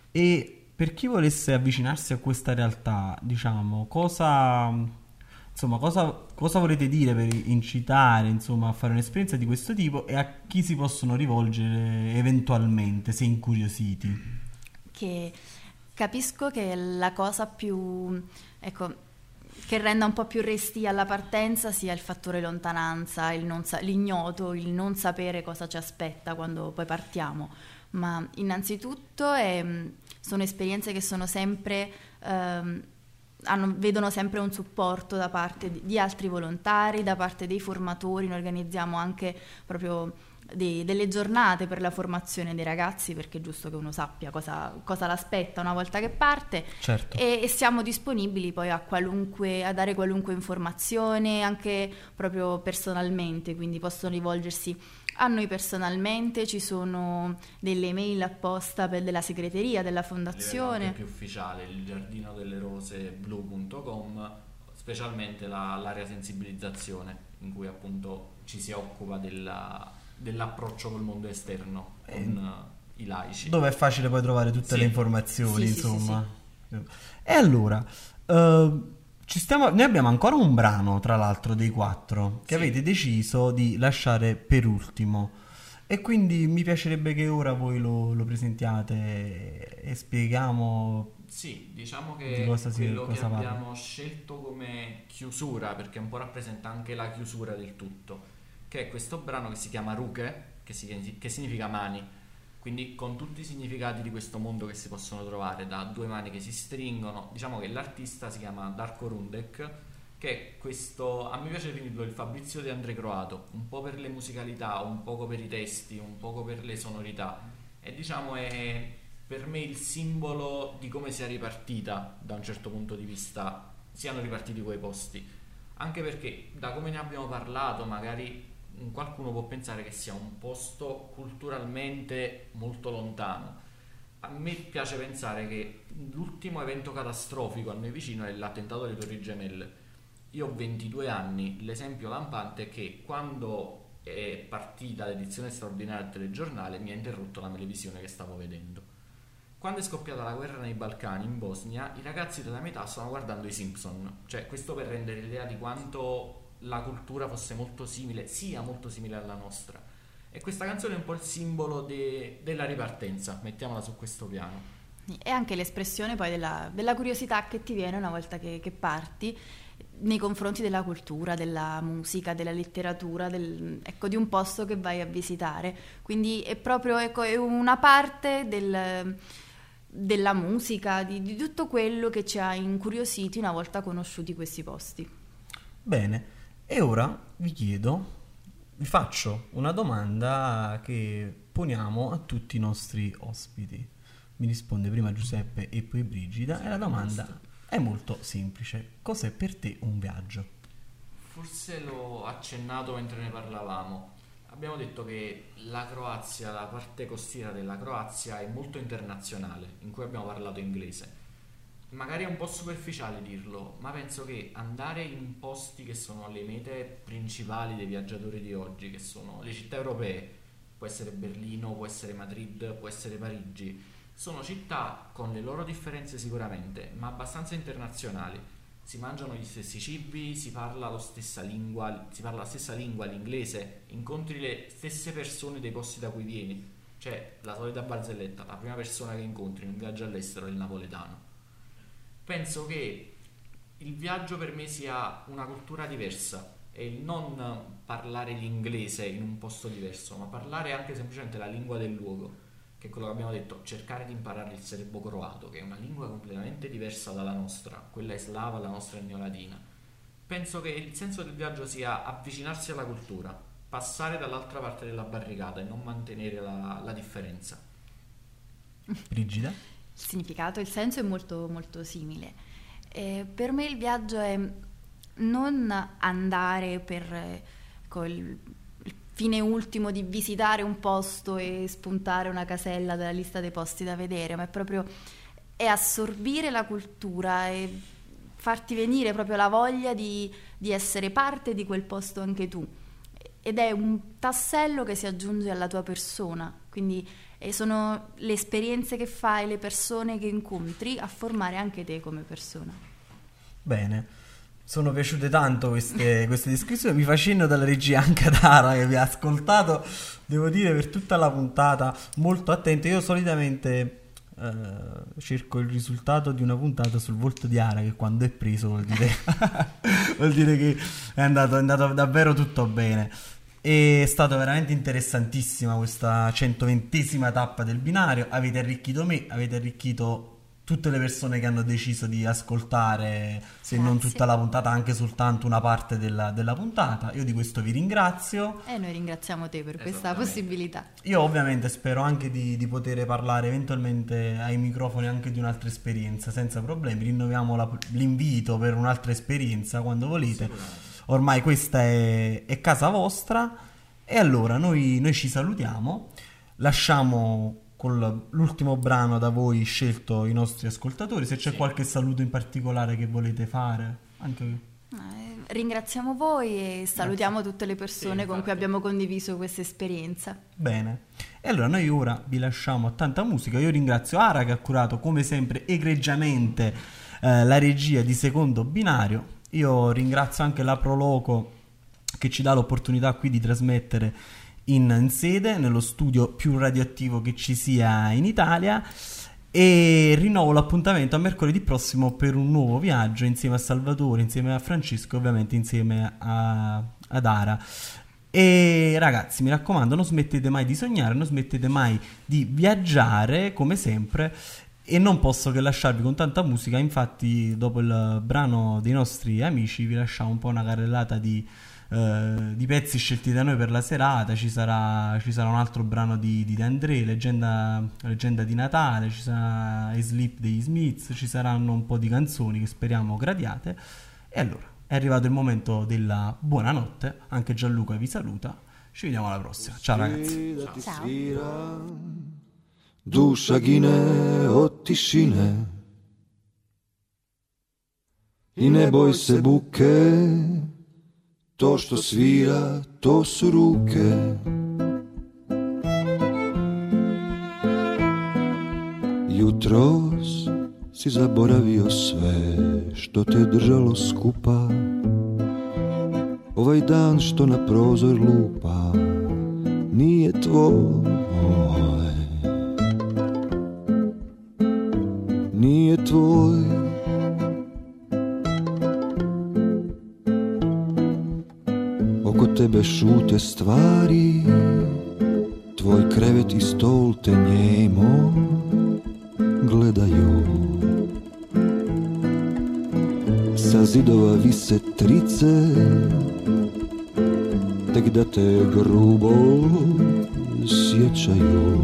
Speaker 5: E per chi volesse avvicinarsi a questa realtà, diciamo, cosa insomma, cosa, cosa volete dire per incitare, insomma, a fare un'esperienza di questo tipo e a chi si possono rivolgere eventualmente, se incuriositi?
Speaker 6: Che capisco che la cosa più, ecco, che renda un po' più restia alla partenza sia il fattore lontananza, il non sa- l'ignoto, il non sapere cosa ci aspetta quando poi partiamo. Ma innanzitutto ehm, sono esperienze che sono sempre ehm, hanno- vedono sempre un supporto da parte di, di altri volontari, da parte dei formatori. Noi organizziamo anche proprio dei- delle giornate per la formazione dei ragazzi, perché è giusto che uno sappia cosa, cosa l'aspetta una volta che parte.
Speaker 5: Certo.
Speaker 6: E, e siamo disponibili poi a qualunque, a dare qualunque informazione, anche proprio personalmente, quindi possono rivolgersi a noi personalmente. Ci sono delle mail apposta per della segreteria della
Speaker 7: Anche
Speaker 6: fondazione.
Speaker 7: più ufficiale, il giardino delle rose blu punto com, specialmente la- l'area sensibilizzazione, in cui appunto ci si occupa della- dell'approccio col mondo esterno con eh, i laici.
Speaker 5: Dove è facile poi trovare tutte
Speaker 7: Sì.
Speaker 5: le informazioni,
Speaker 7: Sì, sì, sì,
Speaker 5: insomma. E allora, eh, ci stiamo, noi abbiamo ancora un brano, tra l'altro, dei quattro, che
Speaker 7: Sì.
Speaker 5: avete deciso di lasciare per ultimo. E quindi mi piacerebbe che ora voi lo, lo presentiate e spieghiamo.
Speaker 7: Sì, diciamo
Speaker 5: Di
Speaker 7: che
Speaker 5: cosa si-
Speaker 7: quello che
Speaker 5: cosa parla.
Speaker 7: abbiamo scelto come chiusura, perché un po' rappresenta anche la chiusura del tutto, che è questo brano che si chiama Ruche, che, si- che significa mani, quindi con tutti i significati di questo mondo che si possono trovare, da due mani che si stringono. Diciamo che l'artista si chiama Darko Rundek, che è questo, a me piace definirlo il Fabrizio di André Croato, un po' per le musicalità, un poco per i testi, un poco per le sonorità, e diciamo è per me il simbolo di come sia ripartita, da un certo punto di vista, siano ripartiti quei posti, anche perché da come ne abbiamo parlato magari qualcuno può pensare che sia un posto culturalmente molto lontano. A me piace pensare che l'ultimo evento catastrofico a noi vicino è l'attentato alle Torri Gemelle. Io ho ventidue anni, l'esempio lampante è che quando è partita l'edizione straordinaria del telegiornale mi ha interrotto la televisione che stavo vedendo. Quando è scoppiata la guerra nei Balcani, in Bosnia, i ragazzi della mia età stavano guardando i Simpson. Cioè, questo per rendere l'idea di quanto la cultura fosse molto simile, sia molto simile alla nostra. E questa canzone è un po' il simbolo de- della ripartenza, mettiamola su questo piano.
Speaker 6: E anche l'espressione poi della, della curiosità che ti viene una volta che, che parti nei confronti della cultura, della musica, della letteratura, del, ecco, di un posto che vai a visitare. Quindi è proprio, ecco, è una parte del, della musica, di, di tutto quello che ci ha incuriositi una volta conosciuti questi posti.
Speaker 5: Bene, e ora vi chiedo, vi faccio una domanda che poniamo a tutti i nostri ospiti. Mi risponde prima Giuseppe e poi Brigida, e la domanda è molto semplice. Cos'è per te un viaggio?
Speaker 7: Forse l'ho accennato mentre ne parlavamo. Abbiamo detto che la Croazia, la parte costiera della Croazia è molto internazionale, in cui abbiamo parlato inglese. Magari è un po' superficiale dirlo, ma penso che andare in posti che sono le mete principali dei viaggiatori di oggi, che sono le città europee, può essere Berlino, può essere Madrid, può essere Parigi, sono città con le loro differenze sicuramente, ma abbastanza internazionali. Si mangiano gli stessi cibi, si parla la stessa lingua, si parla la stessa lingua, l'inglese, incontri le stesse persone dei posti da cui vieni. Cioè, la solita barzelletta, la prima persona che incontri in un viaggio all'estero è il napoletano. Penso che il viaggio per me sia una cultura diversa, e il non parlare l'inglese in un posto diverso, ma parlare anche semplicemente la lingua del luogo, che è quello che abbiamo detto, cercare di imparare il serbo-croato, che è una lingua completamente diversa dalla nostra, quella è slava, la nostra è neolatina. Penso che il senso del viaggio sia avvicinarsi alla cultura, passare dall'altra parte della barricata e non mantenere la, la differenza.
Speaker 5: Brigida?
Speaker 6: Il significato, il senso è molto, molto simile. Eh, per me il viaggio è non andare per eh, col fine ultimo di visitare un posto e spuntare una casella dalla lista dei posti da vedere, ma è proprio è assorbire la cultura e farti venire proprio la voglia di, di essere parte di quel posto anche tu, ed è un tassello che si aggiunge alla tua persona, quindi eh, sono le esperienze che fai, le persone che incontri a formare anche te come persona.
Speaker 5: Bene, sono piaciute tanto queste, queste descrizioni. Mi fascino dalla regia anche Dara che vi ha ascoltato, devo dire, per tutta la puntata molto attento. Io solitamente eh, cerco il risultato di una puntata sul volto di Ara, che quando è preso vuol dire, vuol dire che è andato, è andato davvero tutto bene. È stata veramente interessantissima questa centoventesima tappa del binario. Avete arricchito me, avete arricchito tutte le persone che hanno deciso di ascoltare, se
Speaker 6: Grazie.
Speaker 5: non tutta la puntata, anche soltanto una parte della, della puntata. Io di questo vi ringrazio.
Speaker 6: E noi ringraziamo te per questa possibilità.
Speaker 5: Io ovviamente spero anche di, di poter parlare eventualmente ai microfoni anche di un'altra esperienza, senza problemi. Rinnoviamo la, l'invito per un'altra esperienza quando volete. Ormai questa è, è casa vostra. E allora noi, noi ci salutiamo, lasciamo con l'ultimo brano da voi scelto i nostri ascoltatori. Se c'è sì. qualche saluto in particolare che volete fare, anche
Speaker 6: eh, ringraziamo voi e salutiamo Grazie. tutte le persone sì, con cui abbiamo condiviso questa esperienza.
Speaker 5: Bene, e allora noi ora vi lasciamo a tanta musica. Io ringrazio Ara che ha curato come sempre egregiamente eh, la regia di Secondo Binario. Io ringrazio anche la Proloco che ci dà l'opportunità qui di trasmettere In, in sede, nello studio più radioattivo che ci sia in Italia, e rinnovo l'appuntamento a mercoledì prossimo per un nuovo viaggio insieme a Salvatore, insieme a Francesco e ovviamente insieme a, ad Ara. E ragazzi, mi raccomando, non smettete mai di sognare, non smettete mai di viaggiare come sempre, e non posso che lasciarvi con tanta musica. Infatti dopo il brano dei nostri amici vi lasciamo un po' una carrellata di Uh, di pezzi scelti da noi per la serata. Ci sarà, ci sarà un altro brano di, di De André, leggenda, leggenda di Natale, ci sarà I Sleep degli Smiths, ci saranno un po' di canzoni che speriamo gradiate. E allora è arrivato il momento della buonanotte. Anche Gianluca vi saluta, ci vediamo alla prossima. Ciao ragazzi.
Speaker 12: Ciao. Duša gine od tišine I ne boj se buke, to što svira, to su ruke. Jutros si zaboravio sve što te držalo skupa. Ovaj dan što na prozor lupa nije tvoj. Nije tvoj. Oko tebe šute stvari, tvoj krevet I stol te njemo
Speaker 2: gledaju. Sa zidova vise trice, tek da te grubo sjećaju.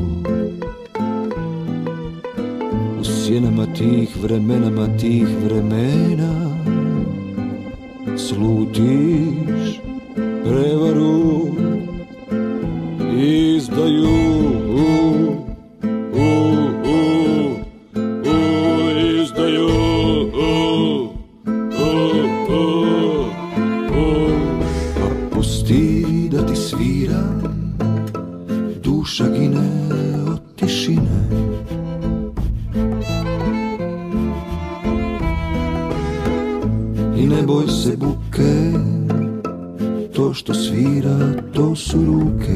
Speaker 2: U sjenama tih vremenama tih vremena slutiš prevaru, izdaju, u, u, u, u, izdaju, u, u, u, u. Pa pusti da ti sviram, duša gine od tišine. I ne boj se buke, to što svira, to su ruke.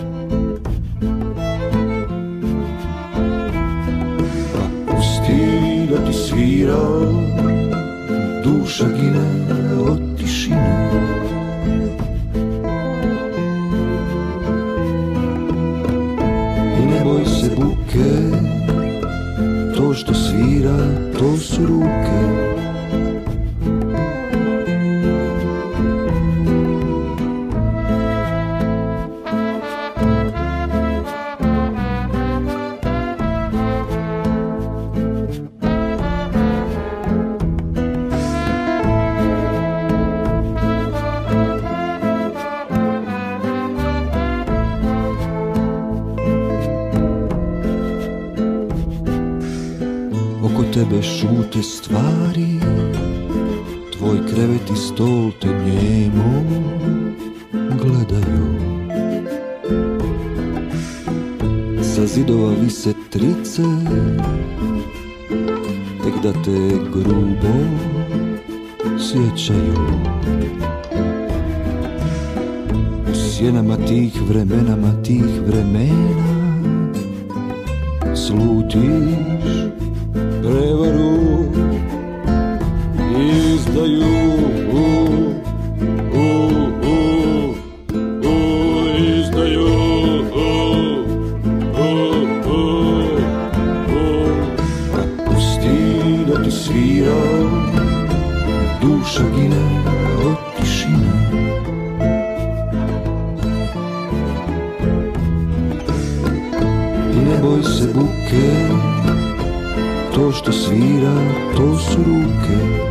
Speaker 2: Pa pusti da ti svira, duša gine od tišine. I ne boj se buke, to što svira, to su ruke. Tebe šute stvari, tvoj krevet i stol te njemo gledaju. Sa zidova vise trice, tek da te grubo sjećaju. U sjenama tih vremenama tih vremena slutiš prevaru, izdaju, u, u, u, u, izdaju, u, u, u, u. Da pusti da ti svira, duša gine od tišine. I ne boj se buke, to što svira, to su ruke.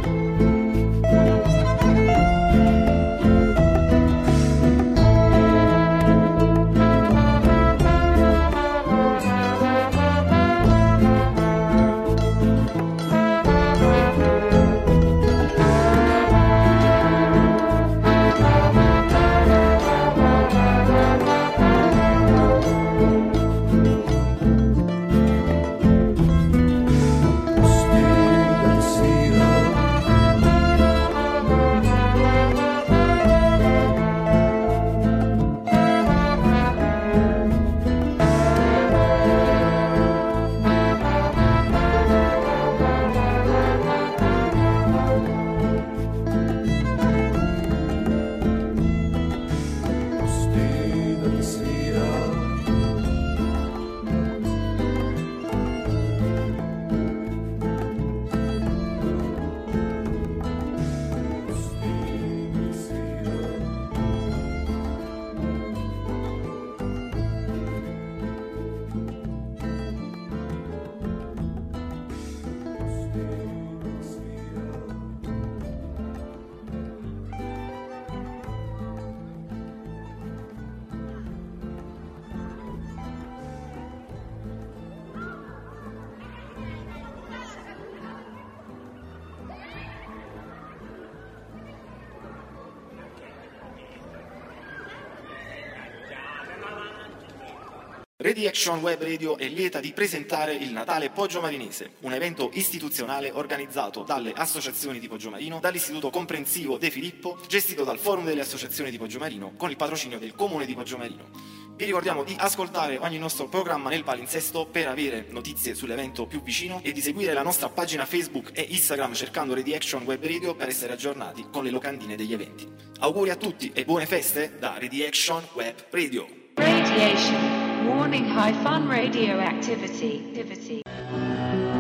Speaker 11: Ready Action Web Radio è lieta di presentare il Natale Poggio Marinese, un evento istituzionale organizzato dalle associazioni di Poggiomarino, dall'Istituto Comprensivo De Filippo, gestito dal Forum delle Associazioni di Poggiomarino, con il patrocinio del Comune di Poggiomarino. Vi ricordiamo di ascoltare ogni nostro programma nel palinsesto per avere notizie sull'evento più vicino e di seguire la nostra pagina Facebook e Instagram cercando Ready Action Web Radio per essere aggiornati con le locandine degli eventi. Auguri a tutti e buone feste da Ready Action Web Radio.
Speaker 3: Radiation. Warning high fun radioactivity. Activity.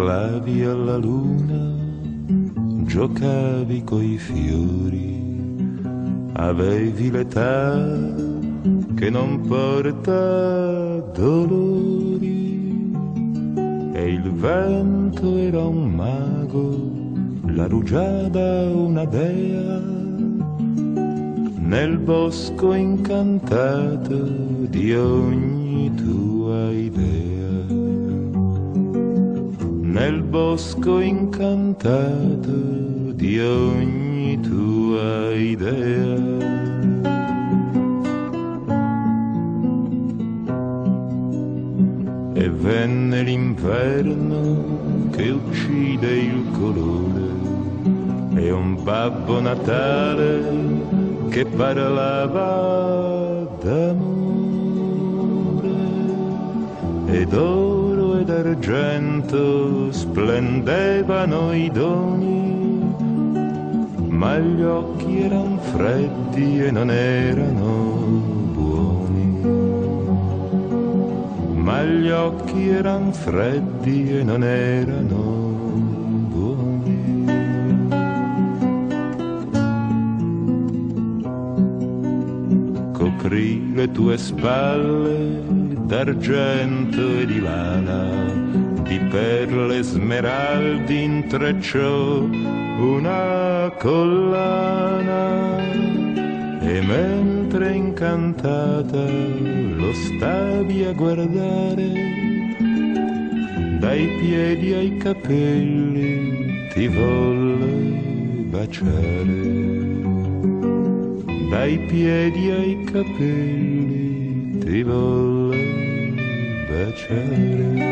Speaker 19: parlavi alla luna, giocavi coi fiori, avevi l'età che non porta dolori, e il vento era un mago, la rugiada una dea, nel bosco incantato di ogni tua idea, nel bosco incantato di ogni tua idea. E venne l'inverno che uccide il colore, e un Babbo Natale che parlava d'amore, ed oro ed argento splendevano i doni, ma gli occhi eran freddi e non erano buoni, ma gli occhi eran freddi e non erano le tue spalle d'argento e di lana, di perle smeraldi intrecciò una collana, e mentre incantata lo stavi a guardare, dai piedi ai capelli ti volle baciare, dai piedi ai capelli ti volle baciare.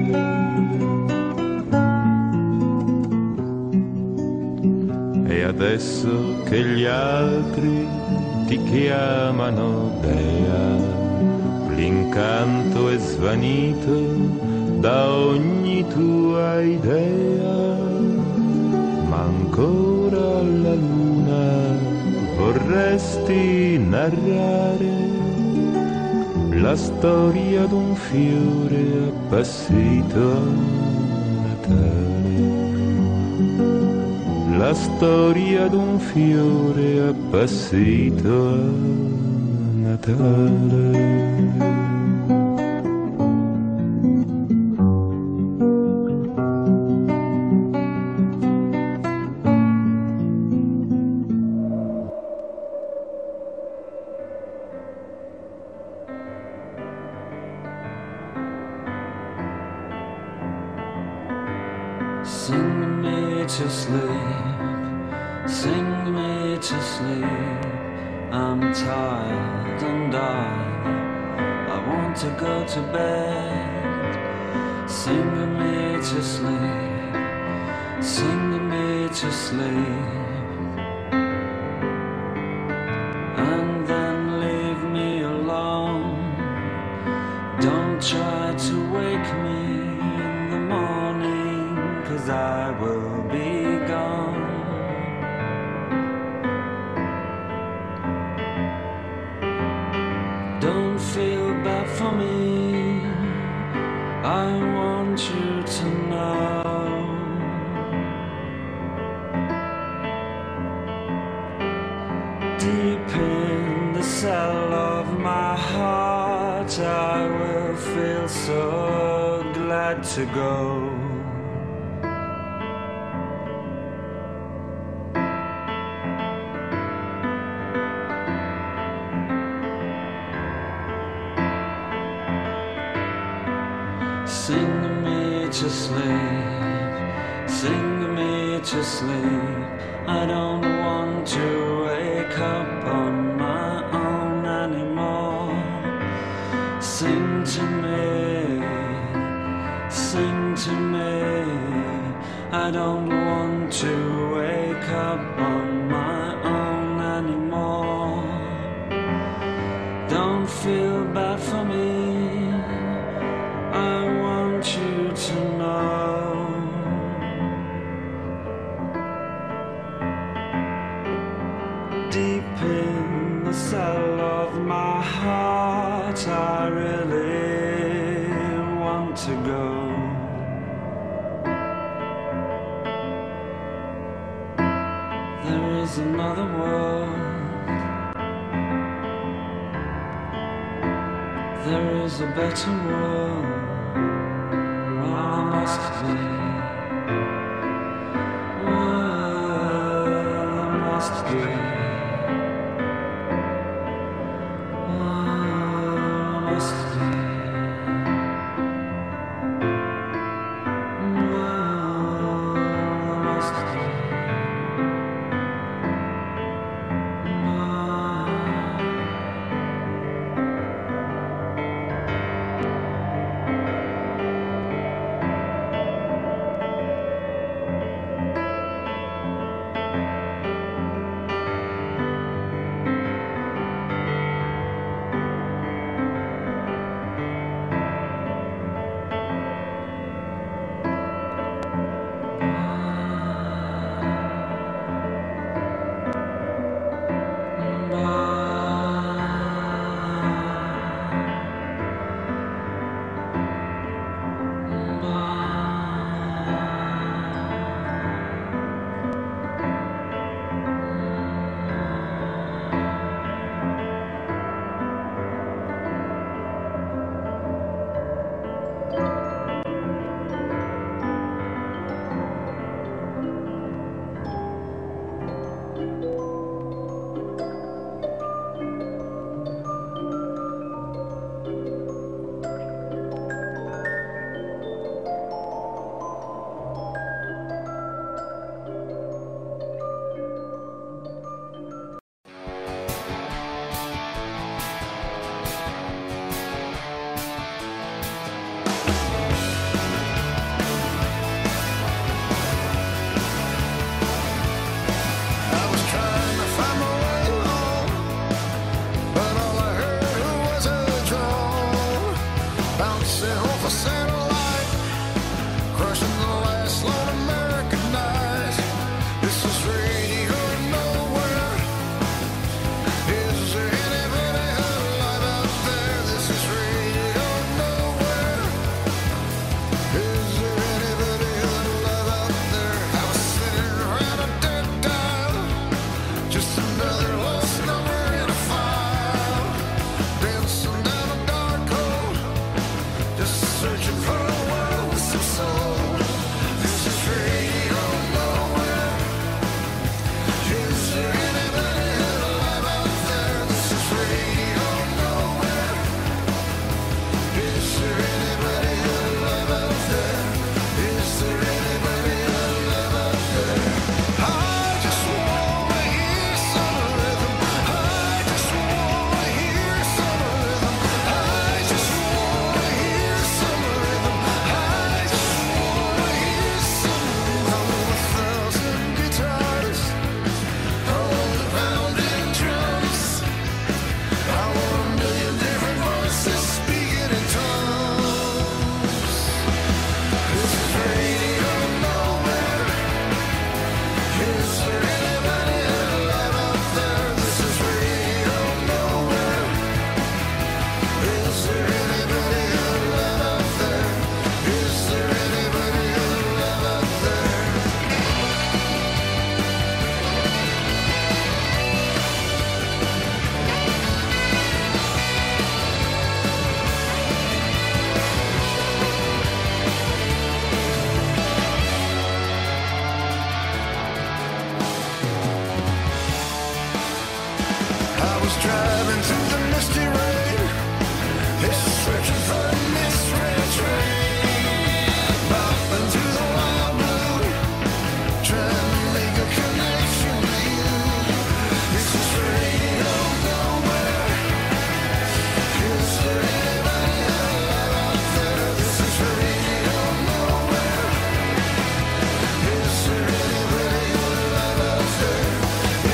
Speaker 19: E adesso che gli altri ti chiamano dea, l'incanto è svanito da ogni tua idea, ma ancora alla luna vorresti narrare la storia d'un fiore appassito a Natale, la storia d'un fiore appassito a Natale.
Speaker 12: Sing me to sleep, sing me to sleep. I'm tired and I, I want to go to bed. Sing me to sleep, sing me to sleep. And then leave me alone. Don't try to wake me in the morning, 'cause I will be gone. Don't feel bad for me, I want you to know. Deep in the cell of my heart, I will feel so glad to go. Sing me to sleep, sing me to sleep. I don't want to wake up on my own anymore. Sing to me, sing to me. I don't want to wake up on my own anymore. Don't feel bad for me, I want you to know. Deep in the cell of my heart, I really want to go. there's another world. There is a better world. Well, there must be. Well, there must be. Well, there must be.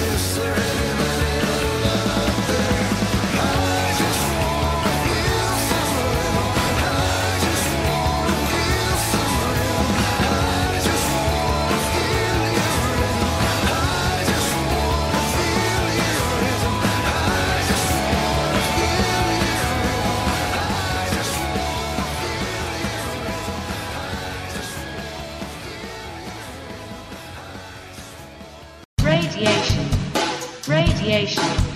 Speaker 8: Is there anybody out there? I just wanna hear
Speaker 3: Radiation.